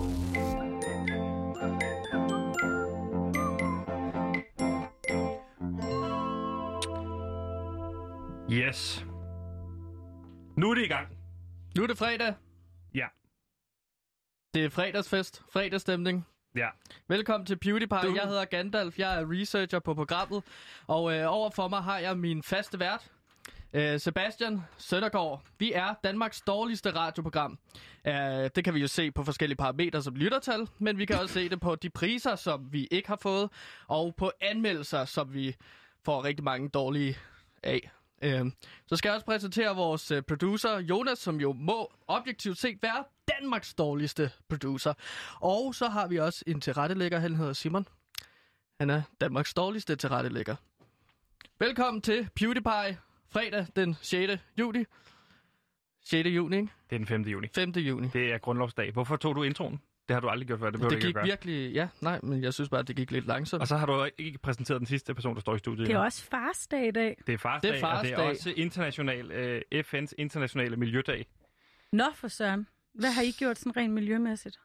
Yes. Nu er det i gang. Nu er det fredag. Ja. Det er fredagsfest, fredagsstemning. Ja. Velkommen til PewDiePie. Jeg hedder Gandalf, jeg er researcher på programmet. Og overfor mig har jeg min faste vært, Sebastian Søndergaard. Vi er Danmarks dårligste radioprogram. Det kan vi jo se på forskellige parametre som lyttertal, men vi kan også se det på de priser, som vi ikke har fået, og på anmeldelser, som vi får rigtig mange dårlige af. Så skal jeg også præsentere vores producer, Jonas, som jo må objektivt set være Danmarks dårligste producer. Og så har vi også en tilrettelægger, han hedder Simon. Han er Danmarks dårligste tilrettelægger. Velkommen til PewDiePie, fredag den 6. juni. 6. juni, ikke? Det er den 5. juni. 5. juni. Det er grundlovsdag. Hvorfor tog du introen? Det har du aldrig gjort før. Det gik virkelig, ja, nej, men jeg synes bare, at det gik lidt langsomt. Og så har du ikke præsenteret den sidste person, der står i studiet. Det er også farsdag i dag. Det er farsdag, og det er også FN's internationale miljødag. Nå for søren. Hvad har I gjort sådan rent miljømæssigt?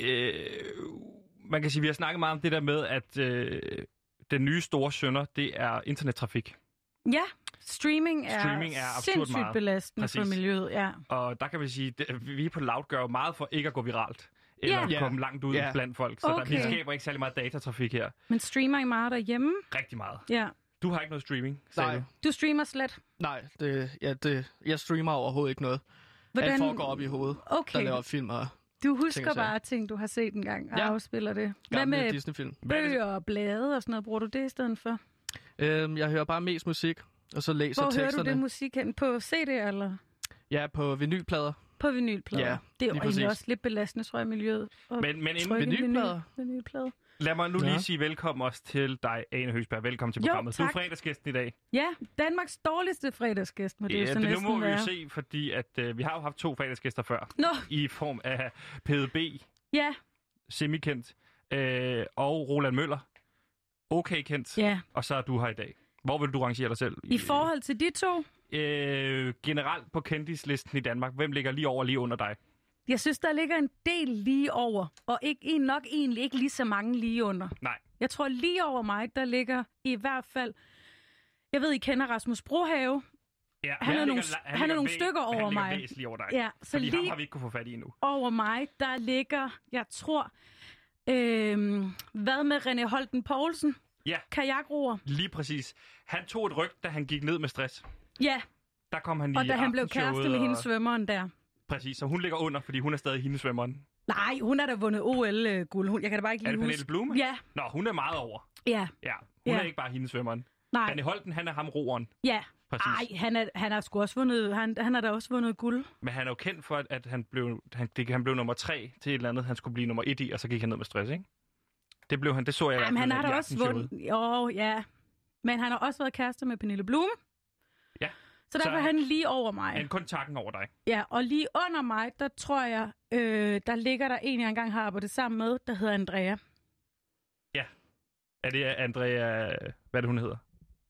Man kan sige, at vi har snakket meget om det der med, at den nye store synder, det er internettrafik. Ja, streaming er sindssygt meget belastende for miljøet. Ja. Og der kan vi sige, at vi på Loud gør meget for ikke at gå viralt. Eller komme langt ud blandt folk. Så vi skaber ikke særlig meget datatrafik her. Men streamer I meget derhjemme? Rigtig meget. Ja. Du har ikke noget streaming? Nej. Du streamer slet? Nej, jeg streamer overhovedet ikke noget. Alt foregår op i hovedet, der laver film og... Du husker bare ting, du har set engang, og afspiller det. Hvad med Disney-film? Bøger og blade og sådan noget? Bruger du det i stedet for? Jeg hører bare mest musik, og så læser teksterne. Hvor hører du det musik hen? På CD, eller? Ja, på vinylplader. På vinylplader. Ja, det er jo egentlig også lidt belastende, tror jeg, miljøet. Men inden vinylplader. Lad mig nu lige sige velkommen også til dig, Ane Høgsberg. Velkommen til programmet. Du er fredagsgæsten i dag. Ja, Danmarks dårligste fredagsgæst, må det jo så næsten være. Det må vi jo se, fordi at, vi har jo haft 2 fredagsgæster før. I form af PDB, semikendt, og Roland Møller, okay kendt, og så er du her i dag. Hvor vil du rangere dig selv? I forhold til de 2? Generelt på kendislisten i Danmark, hvem ligger lige over lige under dig? Jeg synes, der ligger en del lige over, og nok egentlig ikke lige så mange lige under. Nej. Jeg tror lige over mig, der ligger i hvert fald... Jeg ved, I kender Rasmus Brohave. Ja, han er nogle stykker over mig. Han ligger væsentligt over dig. Ja, så fordi lige ham har vi ikke kunne få fat i endnu. Over mig, der ligger, jeg tror... hvad med René Holten Poulsen? Ja. Kajakroer. Lige præcis. Han tog et ryg, da han gik ned med stress. Ja. Der kom han og da han blev kæreste med hendes svømmeren der. Præcis, så hun ligger under, fordi hun er stadig hendes svømmeren. Nej, hun har da vundet OL-guld. Jeg kan da bare ikke lige huske. Er det Pernille Blume? Ja. Nå, hun er meget over. Ja. Hun er ikke bare hendes svømmeren. Nej. René Holten, han er ham roeren. Ja. Præcis. Nej, han har sgu også vundet, han har da også vundet guld. Men han er jo kendt for, at han blev nummer 3 til et eller andet, han skulle blive nummer 1 i, og så gik han ned med stress, ikke? Det blev han, det så jeg. Jamen, han har da også vundet. Ja. Men han har også været kæreste med Pernille Blume. Ja. Så derfor er han lige over mig. Han kun takken over dig. Ja, og lige under mig, der tror jeg, der ligger der en, jeg engang har arbejdet sammen med, der hedder Andrea. Ja. Er det Andrea... Hvad er det, hun hedder?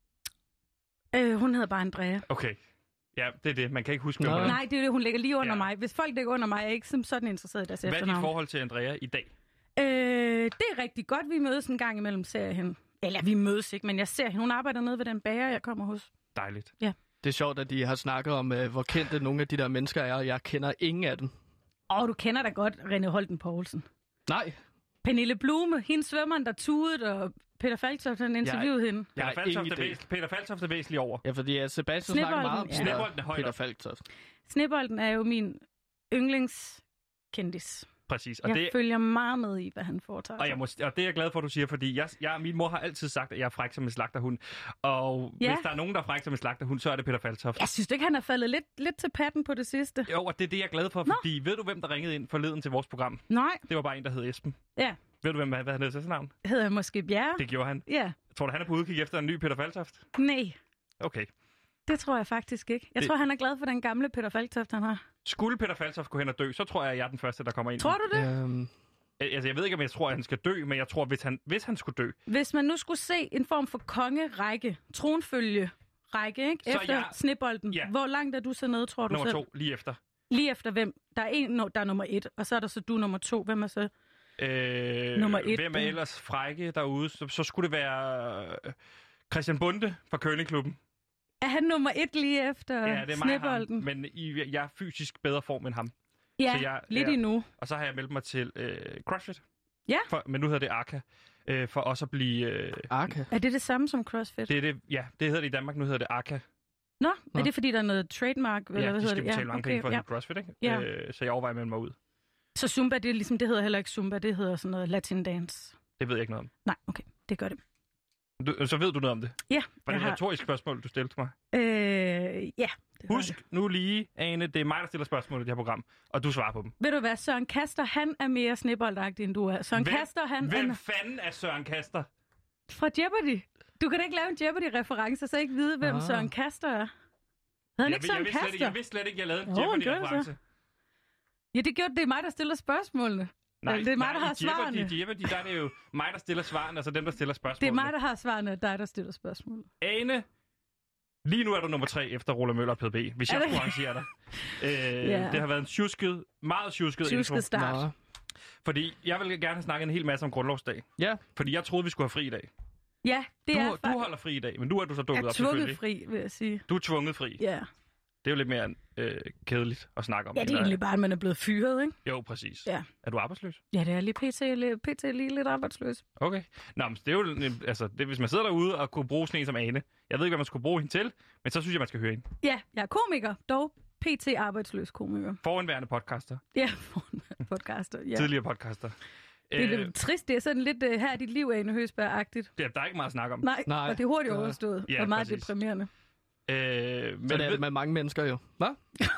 Hun hedder bare Andrea. Okay. Ja, det er det. Man kan ikke huske, Nej, det er det. Hun ligger lige under mig. Hvis folk ligger under mig, er jeg ikke som sådan interesseret i deres efternavn. Hvad er dit forhold til Andrea i dag? Det er rigtig godt. Vi mødes en gang imellem, ser jeg hende. Eller vi mødes ikke, men jeg ser hende. Hun arbejder nede ved den bager, jeg kommer hos. Dejligt. Ja. Det er sjovt, at de har snakket om, hvor kendte nogle af de der mennesker er, og jeg kender ingen af dem. Du kender da godt René Holten Poulsen. Nej. Pernille Blume, hende svømmeren, der tudede, og Peter Falktoft, han interviewede hende. Peter Falktoft er væsentligt over. Ja, fordi Sebastian snakker meget om Peter Falktoft. Snebolden er jo min yndlingskendis. Præcis. Og jeg følger meget med i, hvad han foretager sig. Og det er jeg glad for, at du siger, fordi min mor har altid sagt, at jeg er fræk som en slagterhund. Og hvis der er nogen, der er fræk som en slagterhund, så er det Peter Falktoft. Jeg synes ikke, han er faldet lidt til patten på det sidste. Jo, og det er det, jeg er glad for, fordi ved du, hvem der ringede ind forleden til vores program? Nej. Det var bare en, der hed Esben. Ja. Ved du, hvad han hed til navn? Hedder han måske Bjerre? Det gjorde han. Ja. Tror du, han er på udkig efter en ny Peter Falktoft? Nej. Okay. Det tror jeg faktisk ikke. Jeg tror, han er glad for den gamle Peter Falktoft, han har. Skulle Peter Falktoft gå hen og dø, så tror jeg er den første, der kommer ind. Tror du det? Altså, jeg ved ikke, om jeg tror, at han skal dø, men jeg tror, hvis han skulle dø... Hvis man nu skulle se en form for kongerække, tronfølge-række, ikke? Efter Snebolden. Ja. Hvor langt er du så nede, tror du Nummer selv? 2, lige efter. Lige efter hvem? Der er en, der er nummer 1, og så er der så du nummer 2. Hvem er så nummer 1? Hvem er ellers frække derude? Så skulle det være Christian Bunde fra Curlingklubben. Er han nummer 1 lige efter Ja, det er Snebolden? mig, men jeg er fysisk bedre form end ham. Ja, lidt endnu. Og så har jeg meldt mig til CrossFit. Ja. Men nu hedder det Arca. For også at blive... Arca? Er det sammme som CrossFit? Det hedder det i Danmark. Nu hedder det Arca. Nå, er det fordi, der er noget trademark? Ja, eller hvad de skal betale mange penge for at CrossFit, ikke? Ja. Så jeg overvejer at melde mig ud. Så Zumba, det hedder heller ikke Zumba, det hedder sådan noget Latin Dance. Det ved jeg ikke noget om. Nej, okay, det gør det. Så ved du noget om det? Ja. Var det et retorisk spørgsmål, du stillede mig? Ja. Husk nu lige, Ane, det er mig, der stiller spørgsmål i det her program, og du svarer på dem. Ved du hvad, Søren Kaster, han er mere sneboldagtig, end du er. Hvem fanden er Søren Kaster? Fra Jeopardy. Du kan da ikke lave en Jeopardy-reference, og så ikke vide, hvem Søren Kaster er. Han ikke Søren Kaster? Jeg vidste slet ikke, jeg lavede en Jeopardy-reference. Ja, det gjorde det. Det er mig, der stiller spørgsmålene. Nej, det er mig, der har svarene. I Jeopardy, der er det jo mig, der stiller svarene, og så dem, der stiller spørgsmålene. Det er mig, der har svarene, og dig, der stiller spørgsmålene. Ane, lige nu er du nummer 3 efter Roland Møller og PDB, hvis jeg skulle arrangere dig. Det har været en meget sjusket intro. Start. Fordi jeg vil gerne have snakket en hel masse om Grundlovsdag. Ja. Fordi jeg troede, vi skulle have fri i dag. Ja, det er Du holder fri i dag, men nu er du så dukket op, selvfølgelig. Jeg er tvunget fri, vil jeg sige. Du er tvunget fri. Ja. Det er jo lidt mere kedeligt at snakke om. Ja, det er egentlig bare, at man er blevet fyret, ikke? Jo, præcis. Ja. Er du arbejdsløs? Ja, det er lige pt. Lige lidt arbejdsløs. Okay. Nå, men det er jo, hvis man sidder derude og kunne bruge sådan en som Ane. Jeg ved ikke, hvad man skulle bruge hende til, men så synes jeg, man skal høre hende. Ja, jeg er komiker, dog pt. Arbejdsløs komiker. Forhenværende podcaster. Ja, forhenværende podcaster, ja. Tidligere podcaster. Det er lidt trist, det er sådan lidt her er dit liv, Ane Høgsberg-agtigt. Der er ikke meget at snakke om. Nej. Og det er hurtigt overstået, og meget præcis. Deprimerende. Men så det er det med mange mennesker jo. Hvad?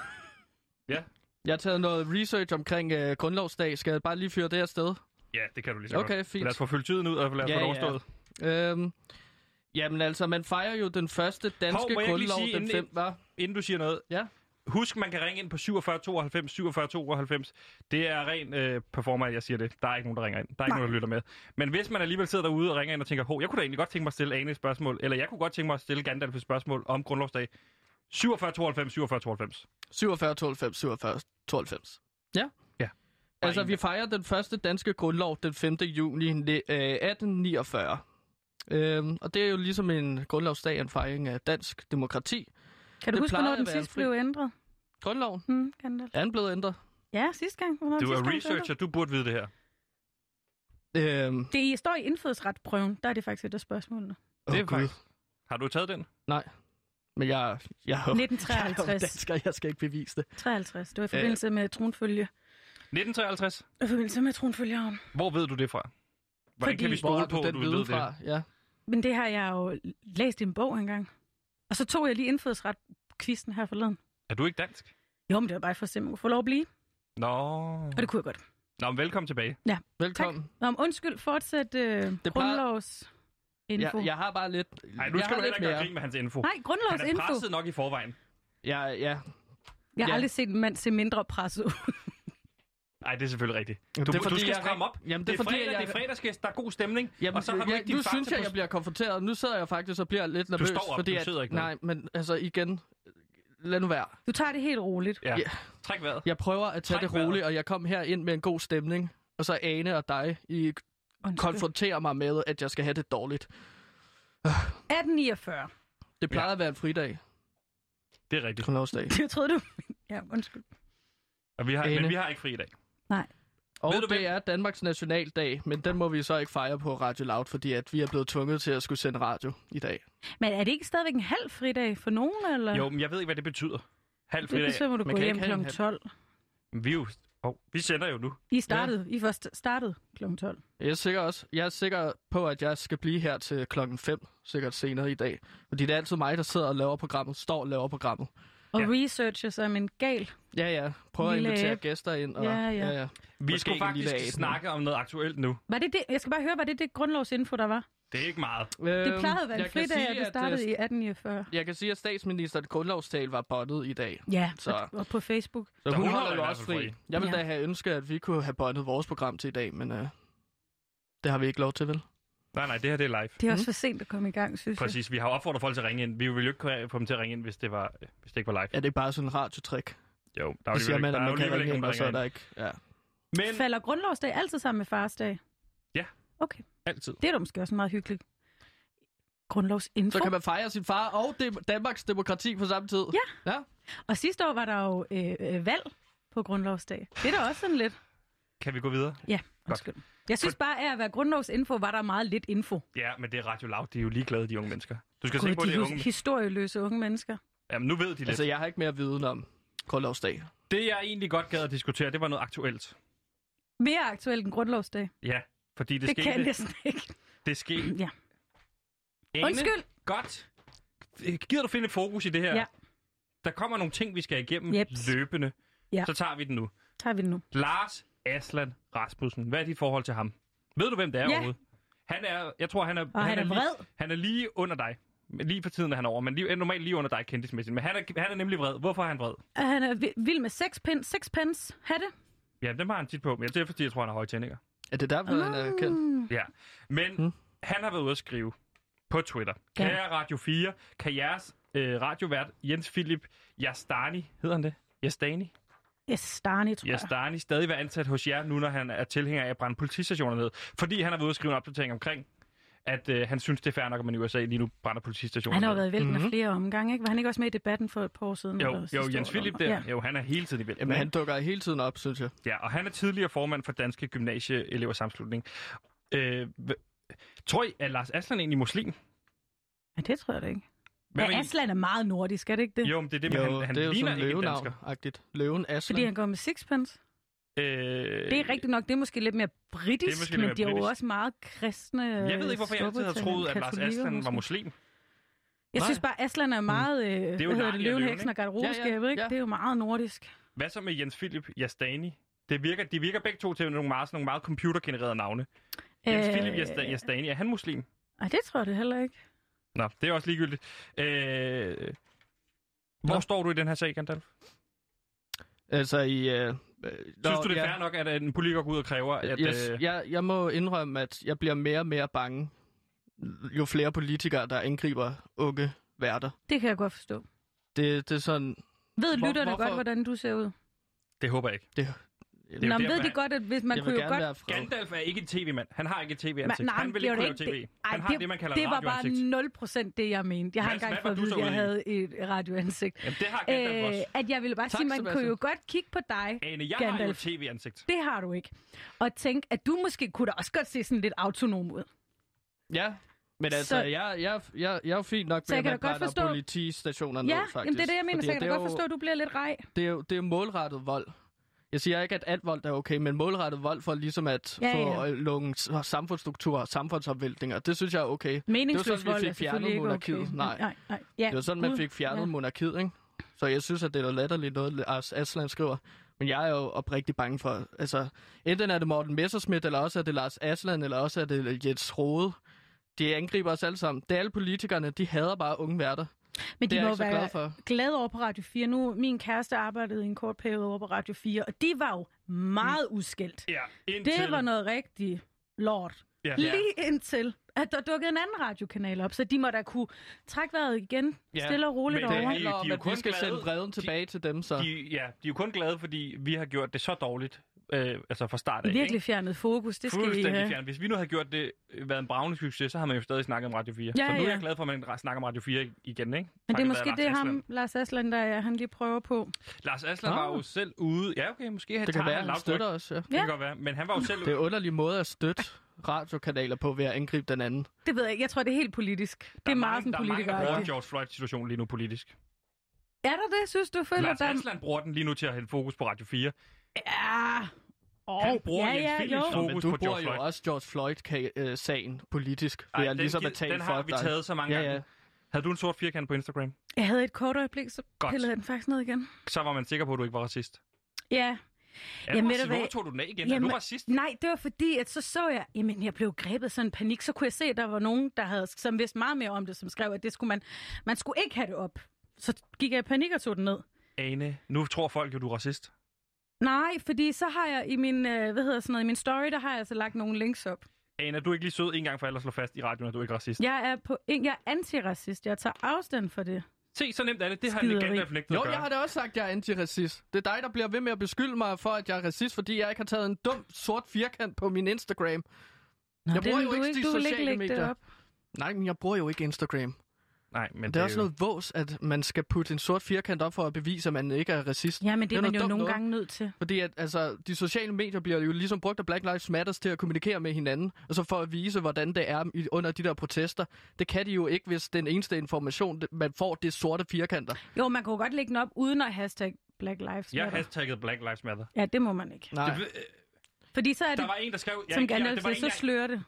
Ja. Jeg har taget noget research omkring Grundlovsdag. Skal jeg bare lige fyre det her sted? Ja, det kan du lige så okay, godt. Fint. Lad os få fyldt tiden ud, og lad os få det overstået. Jamen altså, man fejrer jo den første danske grundlov, den 5. Inden du siger noget. Ja. Husk, man kan ringe ind på 47 92 47 92. Det er ren performer, jeg siger det. Der er ikke nogen, der ringer ind. Der er ikke nogen, der lytter med. Men hvis man alligevel sidder derude og ringer ind og tænker, jeg kunne da egentlig godt tænke mig at stille Ane et spørgsmål, eller jeg kunne godt tænke mig at stille Gandalf et spørgsmål om Grundlovsdag. 47 92 47 92. 47 92 47 92. Ja. Ja. Altså, vi fejrer den første danske grundlov den 5. juni 1849. Og det er jo ligesom en grundlovsdag, en fejring af dansk demokrati. Kan du huske, hvornår den sidst blev ændret? Grundloven? Gandalf. Er den blevet ændret? Ja, sidste gang. Du er researcher, du burde vide det her. Det står i indfødsretsprøven, der er det faktisk et af spørgsmålene. Det er faktisk. Har du taget den? Nej. Men jeg 1953. Dansker, jeg skal ikke bevise det. 53. Det var i forbindelse med tronfølge. 1953? I forbindelse med tronfølgeren. Hvor ved du det fra? Hvordan kan vi stole på, at du ved fra? Det? Ja. Men det har jeg jo læst i en bog engang. Og så tog jeg lige indfødsret-quizzen her forleden. Er du ikke dansk? Jo, men det var bare for simpelthen at få lov at blive. Nå. Og det kunne jeg godt. Nå, men velkommen tilbage. Ja, velkommen. Tak. Nå, undskyld, fortsæt grundlovs info. Jeg har bare lidt... Nej, nu skal du heller ikke grine med hans info. Nej, grundlovs info. Han er presset nok i forvejen. Ja. Jeg har aldrig set en mand se mindre presset ud. Nej, det er selvfølgelig rigtigt. Du skal stramme op. Jamen, det er fredagsgæst, der er god stemning. Jamen, og så har du ikke nu synes jeg bliver konfronteret. Nu sidder jeg faktisk og bliver lidt nervøs. Du står op, fordi du sidder ikke nej, men altså igen, lad nu være. Du tager det helt roligt. Ja. Træk vejret. Jeg prøver at tage det roligt, og jeg kom her ind med en god stemning. Og så Ane og dig, I konfronterer mig med, at jeg skal have det dårligt. 1849. Det plejer at være en fridag. Det er rigtigt. Grundlovsdag. Det troede du. Ja, undskyld. Og men vi har ikke fri i dag. Nej. Og det er Danmarks nationaldag, men den må vi så ikke fejre på Radio Loud, fordi at vi er blevet tvunget til at skulle sende radio i dag. Men er det ikke stadigvæk en halv fridag for nogen, eller? Jo, men jeg ved ikke, hvad det betyder. Halv fridag. Det betyder, at du går hjem kl. 12. Vi sender jo nu. I først startede kl. 12. Jeg er sikker på, at jeg skal blive her til klokken 5, sikkert senere i dag. Fordi det er altid mig, der sidder og laver programmet, og laver programmet. Og researcher som en gal. Ja. Prøver at invitere gæster ind. Og, ja. Vi skulle faktisk snakke om noget aktuelt nu. Var det det? Jeg skal bare høre, var det grundlovsinfo, der var? Det er ikke meget. Det plejede at være en fridag, og det startede i 1849. Jeg kan sige, at statsministerens grundlovstal var bottet i dag. Ja, og på Facebook. Så hun holder jo også fri. Jeg ville da have ønsket, at vi kunne have bottet vores program til i dag, men det har vi ikke lov til, vel? Nej, det her det er live. Det er også for sent at komme i gang, synes jeg. Præcis, vi har opfordret folk til at ringe ind. Vi ville jo ikke få dem til at ringe ind, hvis det ikke var live. Ja, det er bare sådan en radiotrik. Jo, der er siger man, at man kan ringe ind, og så er der ikke... Ja. Men... Falder grundlovsdag altid sammen med farsdag? Ja. Okay. Altid. Det er da måske også meget hyggeligt. Grundlovsinfo. Så kan man fejre sin far og Danmarks demokrati på samme tid. Ja. Og sidste år var der jo valg på grundlovsdag. Det er da også sådan lidt... Kan vi gå videre? Ja, undskyld. Jeg synes bare, at være grundlovsinfo, var der meget lidt info. Ja, men det er Radio Loud. De er jo ligeglade, de unge mennesker. Du skal se på det unge... historieløse unge mennesker. Jamen, nu ved de lidt. Altså, jeg har ikke mere viden om grundlovsdag. Det, jeg egentlig godt gad at diskutere, det var noget aktuelt. Mere aktuelt end grundlovsdag? Ja, fordi det skete... Det kan jeg næsten ikke. Det skete... Ja. Ane, undskyld. Godt. Gider du finde et fokus i det her? Ja. Der kommer nogle ting, vi skal igennem løbende. Ja. Så tager vi den nu. Lars Aslan Rasmussen. Hvad er dit forhold til ham? Ved du, hvem det er overhovedet? Jeg tror, han er vred. Han er lige under dig. Lige for tiden er han over, men normalt lige under dig kendtismæssigt. Men han er nemlig vred. Hvorfor er han vred? Han er vild med sexpence. Hatte? Ja, dem har han tit på. Men det er fordi, jeg tror, han har høje tændinger. Er det derfor, han er kendt? Ja. Men han har været ude at skrive på Twitter. Kære Radio 4, kan jeres radiovært Jens Philip Yastani, hedder han det? Yastani, tror jeg. Yastani stadig være ansat hos jer, nu når han er tilhænger af at brænde politistationer ned. Fordi han har været ude at skrive en opdatering omkring, at han synes, det er fair nok, at man i USA lige nu brænder politistationer ned. Han har været i vælten af flere omgange, ikke? Var han ikke også med i debatten for et par år siden? Jo, Jens Philip der. Ja. Jo, han er hele tiden i vælten. Jamen, han dukker hele tiden op, synes jeg. Ja, og han er tidligere formand for Danske Gymnasieelevers Sammenslutning. Tror I, at Lars Aslan egentlig muslim? Ja, det tror jeg da ikke. Ja, Aslan er meget nordisk, er det ikke det? Jo, men det er det, men han det er jo ligner sådan ikke en dansker. Løven Aslan. Fordi han går med sixpence? Det er rigtigt nok, det er måske lidt mere britisk, men de er jo også meget kristne. Jeg ved ikke, hvorfor jeg altid har troet, at Lars Aslan var muslim. Jeg synes bare, Aslan er meget, løvenheksen og garderobeskabet, ikke? Det er jo meget nordisk. Hvad så med Jens Philip Yastani? De virker begge to til nogle meget computergenererede navne. Jens Philip Yastani, er han muslim? Nej, det tror jeg det heller ikke. Nå, det er også ligegyldigt. Hvor står du i den her sag, Gandalf? Altså i... Synes du, det er fair nok, at en politiker går ud og kræver, at... Jeg må indrømme, at jeg bliver mere og mere bange, jo flere politikere, der angriber unge værter. Det kan jeg godt forstå. Det er sådan... Ved lytterne godt, hvordan du ser ud? Det håber jeg ikke. Nå, men ved de godt, at hvis man kunne jo godt... Gandalf er ikke en tv-mand. Han har ikke et tv-ansigt. Han vil ikke kunne lave tv. Han har det, man kalder radioansigt. Det var bare 0% det, jeg mente. Jeg har engang fået at vide, at jeg havde et radioansigt. Jamen, det har Gandalf også. At jeg ville bare sige, man kunne jo godt kigge på dig, Ane, jeg Gandalf. har jo et tv-ansigt. Det har du ikke. Og tænk, at du måske kunne da også godt se sådan lidt autonom ud. Ja. Men altså, jeg er jo fint nok med, at man brænder politistationer ned, faktisk. Jamen det er det, jeg mener. Så jeg kan da godt forstå, at du bliver lidt rej. Det er jo målrettet vold. Jeg siger ikke, at alt vold er okay, men målrettet vold for ligesom at få nogle samfundsstrukturer, samfundsopvæltninger, det synes jeg er okay. Meningsløs vold er selvfølgelig ikke okay. Nej. Ja. Det var sådan, man fik fjernet monarkiet, ikke? Så jeg synes, at det er latterligt noget, Lars Aslan skriver. Men jeg er jo oprigtig bange for, altså, enten er det Morten Messerschmidt, eller også er det Lars Aslan, eller også er det Jens Rohde. De angriber os alle sammen. Det er alle politikerne, de hader bare unge værter. Men de må være glade over på Radio 4. Nu, min kæreste arbejdede i en kort periode over på Radio 4, og de var jo meget udskældt. Ja, det var noget rigtig lort. Ja. Lige indtil, at der dukkede en anden radiokanal op, så de må da kunne trække vejret igen, stille og roligt over. Men det handler om, at vi skal sende vreden tilbage til dem, så... De er jo kun glade, fordi vi har gjort det så dårligt, altså fra start af. Virkelig fjernet fokus, det skal I have. Fjernet. Hvis vi nu havde gjort det, været en bravende succes, så har man jo stadig snakket om Radio 4. Ja, så nu er jeg glad for, at man snakker om Radio 4 igen, ikke? Men det er måske det, Lars Aslan, han lige prøver på. Lars Aslan var jo selv ude... Ja, okay, måske... Det kan være, han støtter os, ja. Det kan godt være, men han var jo selv... Det er en underlig måde at støtte radiokanaler på ved at angribe den anden. Det ved jeg ikke. Jeg tror, det er helt politisk. Det er meget sådan politikere. Der er mange, der George Floyd-situation lige nu politisk. Er der det, synes du? Lars Aslan bruger den lige nu til at hælde fokus på Radio 4. Ja... Han bruger Jens Philips fokus på George Floyd. Du bruger jo også George Floyd-sagen politisk. Det er ligesom at tale den har vi taget så mange gange. Havde du en sort firkant på Instagram? Jeg havde et kort øjeblik, så pillede jeg den faktisk ned igen. Så var man sikker på, at du ikke var racist? Ja. Hvorfor tog du den af igen? Er du racist? Nej, det var fordi, at så jeg... Jamen, jeg blev grebet sådan en panik. Så kunne jeg se, at der var nogen, som vidste meget mere om det, som skrev, at det skulle man skulle ikke have det op. Så gik jeg i panik og tog den ned. Ane, nu tror folk jo, du er racist. Nej, fordi så har jeg i min, i min story, der har jeg altså lagt nogle links op. Ane, er du ikke lige sød en gang for alle at slå fast i radioen, at du ikke er racist? Jeg er antiracist. Jeg tager afstand for det. Se, så nemt er det. Det har Gandalf nægtet at gøre. Jeg har da også sagt, at jeg er antiracist. Det er dig, der bliver ved med at beskylde mig for, at jeg er racist, fordi jeg ikke har taget en dum sort firkant på min Instagram. Nå, jeg bruger jo ikke de sociale medier. Nej, men jeg bruger jo ikke Instagram. Nej, men det er også noget vås, at man skal putte en sort firkant op for at bevise, at man ikke er racist. Ja, men det er man jo nogle gange nødt til. Fordi at, altså, de sociale medier bliver jo ligesom brugt af Black Lives Matter til at kommunikere med hinanden, og så for at vise, hvordan det er under de der protester. Det kan de jo ikke, hvis den eneste information, man får, det er sorte firkanter. Jo, man kan jo godt lægge den op uden at hashtag Black Lives Matter. Jeg hashtagget Black Lives Matter. Ja, det må man ikke. Nej. Fordi så er det, der var en, der skrev, som Gandalf siger, så slører det.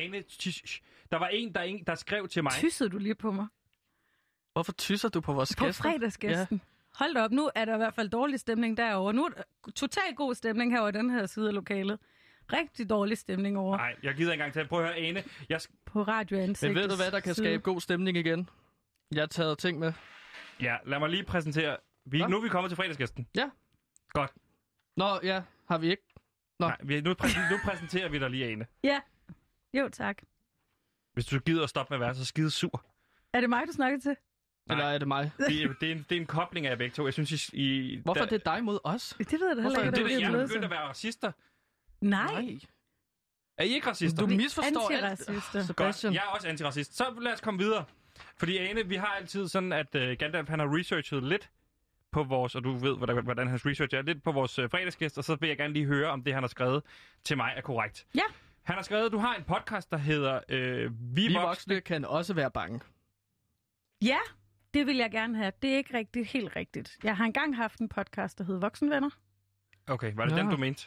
Der var en, der skrev til mig. Tyssede du lige på mig? Hvorfor tysser du på vores gæster? På fredagsgæsten. Ja. Hold da op, nu er der i hvert fald dårlig stemning derovre. Nu er der totalt god stemning herovre i den her side af lokalet. Rigtig dårlig stemning over. Nej, jeg gider ikke engang til. Prøv at høre, Ane. På radioansigtet. Men ved du hvad, der kan skabe god stemning igen? Jeg har taget ting med. Ja, lad mig lige præsentere. Nu er vi kommet til fredagsgæsten. Ja. Godt. Nå, ja. Har vi ikke? Nå. Nej, nu præsenterer vi dig lige, Ane. Ja. Jo, tak. Hvis du gider at stoppe med at være så skide sur. Er det mig, du snakker til? Nej. Eller er det mig? Det er en kobling af begge to. Jeg synes, hvorfor er det dig mod os? Det ved jeg da heller ikke. Jeg er begyndt at være racister. Nej. Er I ikke racister? Du misforstår alt. Godt. Jeg er også antiracist. Så lad os komme videre. Fordi Ane, vi har altid sådan, at Gandalf han har researchet lidt på vores, og du ved, hvordan hans research er, lidt på vores fredagsgæst, og så vil jeg gerne lige høre, om det, han har skrevet til mig, er korrekt. Ja. Han har skrevet, du har en podcast, der hedder Vi voksne kan også være bange. Ja, det vil jeg gerne have. Det er ikke helt rigtigt. Jeg har engang haft en podcast, der hed Voksenvenner. Okay, var det den, du mente?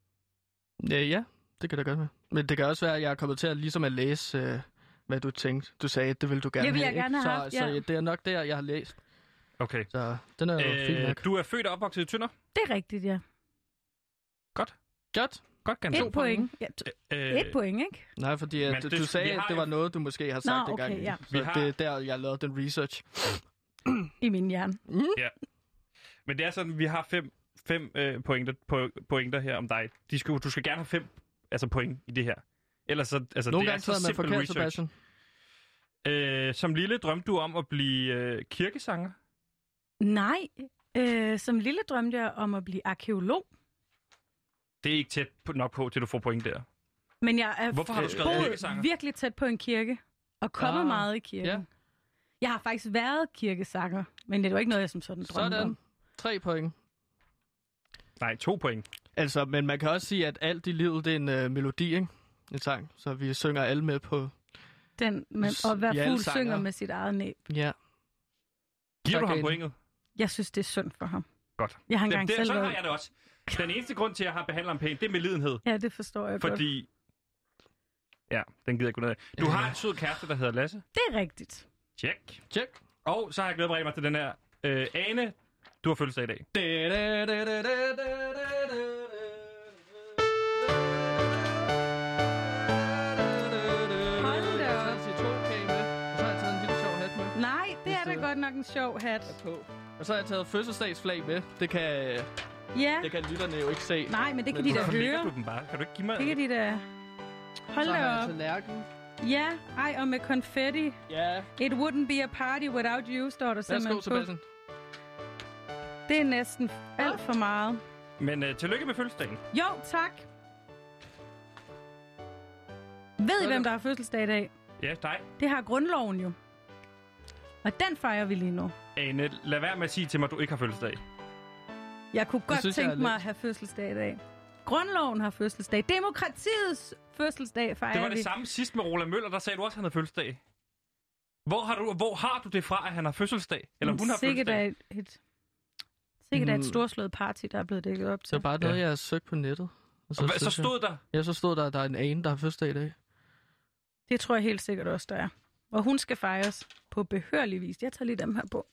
Ja, det kan da godt være. Men det kan også være, at jeg er kommet til at ligesom at læse, hvad du tænkte. Du sagde, det vil du gerne have. Det vil jeg gerne have haft, så det er nok der, jeg har læst. Okay. Så den er jo fint nok. Du er født og opvokset i Tønder? Det er rigtigt, ja. Godt, Gandalf. 1 point. Ja, 1 point, ikke? Nej, fordi du sagde, at det var noget, du måske har sagt dengang. Okay, ja. Så det er der, jeg lavede den research. I min hjerne. Ja. Men det er sådan, vi har 5 pointer her om dig. Du skal gerne have 5 point i det her. Ellers så, altså, nogle det gange er så simpel forkert, Sebastian. Som lille drømte du om at blive kirkesanger? Nej. Som lille drømte jeg om at blive arkæolog. Det er ikke tæt nok på, til du får point der. Men jeg er Hvorfor har du skrevet kirkesanger? Virkelig tæt på en kirke. Og kommet meget i kirken. Ja. Jeg har faktisk været kirkesanger, men det var ikke noget, jeg som sådan drømte om. 3 point. Nej, 2 point. Altså, men man kan også sige, at alt i livet, det er en melodi, ikke? En sang. Så vi synger alle med på... Og hver fugl synger med sit eget næb. Ja. Giver du ham pointet? Jeg synes, det er synd for ham. Godt. Jeg har engang selv sådan har jeg det også. Den eneste grund til, at jeg har behandlet ham pænt, det er med lidenhed. Ja, det forstår jeg Fordi... Ja, den gider jeg ikke gå ned af. Du har en sød kæreste, der hedder Lasse. Det er rigtigt. Check. Og så har jeg glædet mig til den her. Ane, du har fødselsdag i dag. Hold da op. Så har jeg taget en lille sjov hat med. Nej, det er da godt nok en sjov hat. Og så har jeg taget fødselsdagsflag med. Det kan lytterne jo ikke se. Nej, men det kan de da høre. Du den bare? Kan du ikke give mig... Det kan de da... Hold da op. Tallerken. Ja, og med konfetti. Ja. It wouldn't be a party without you, står der simpelthen. Værsgo, Sebastian. Det er næsten alt for meget. Men tillykke med fødselsdagen. Jo, tak. Ved I, hvem der har fødselsdag i dag? Ja, dig. Det har grundloven jo. Og den fejrer vi lige nu. Ane, lad være med at sige til mig, at du ikke har fødselsdag. Jeg kunne godt tænke mig at have fødselsdag i dag. Grundloven har fødselsdag. Demokratiets fødselsdag fejrer vi. Det var det samme sidst med Roland Møller, der sagde du også, at han havde fødselsdag. Hvor har du det fra, at han har fødselsdag? Eller hun har fødselsdag? Sikkert er et storslået party, der er blevet dækket op til. Det er bare noget, jeg har søgt på nettet. Og så stod der? Ja, så stod der, at der er en Ane, der har fødselsdag i dag. Det tror jeg helt sikkert også, der er. Og hun skal fejres på behørlig vis. Jeg tager lige dem her på.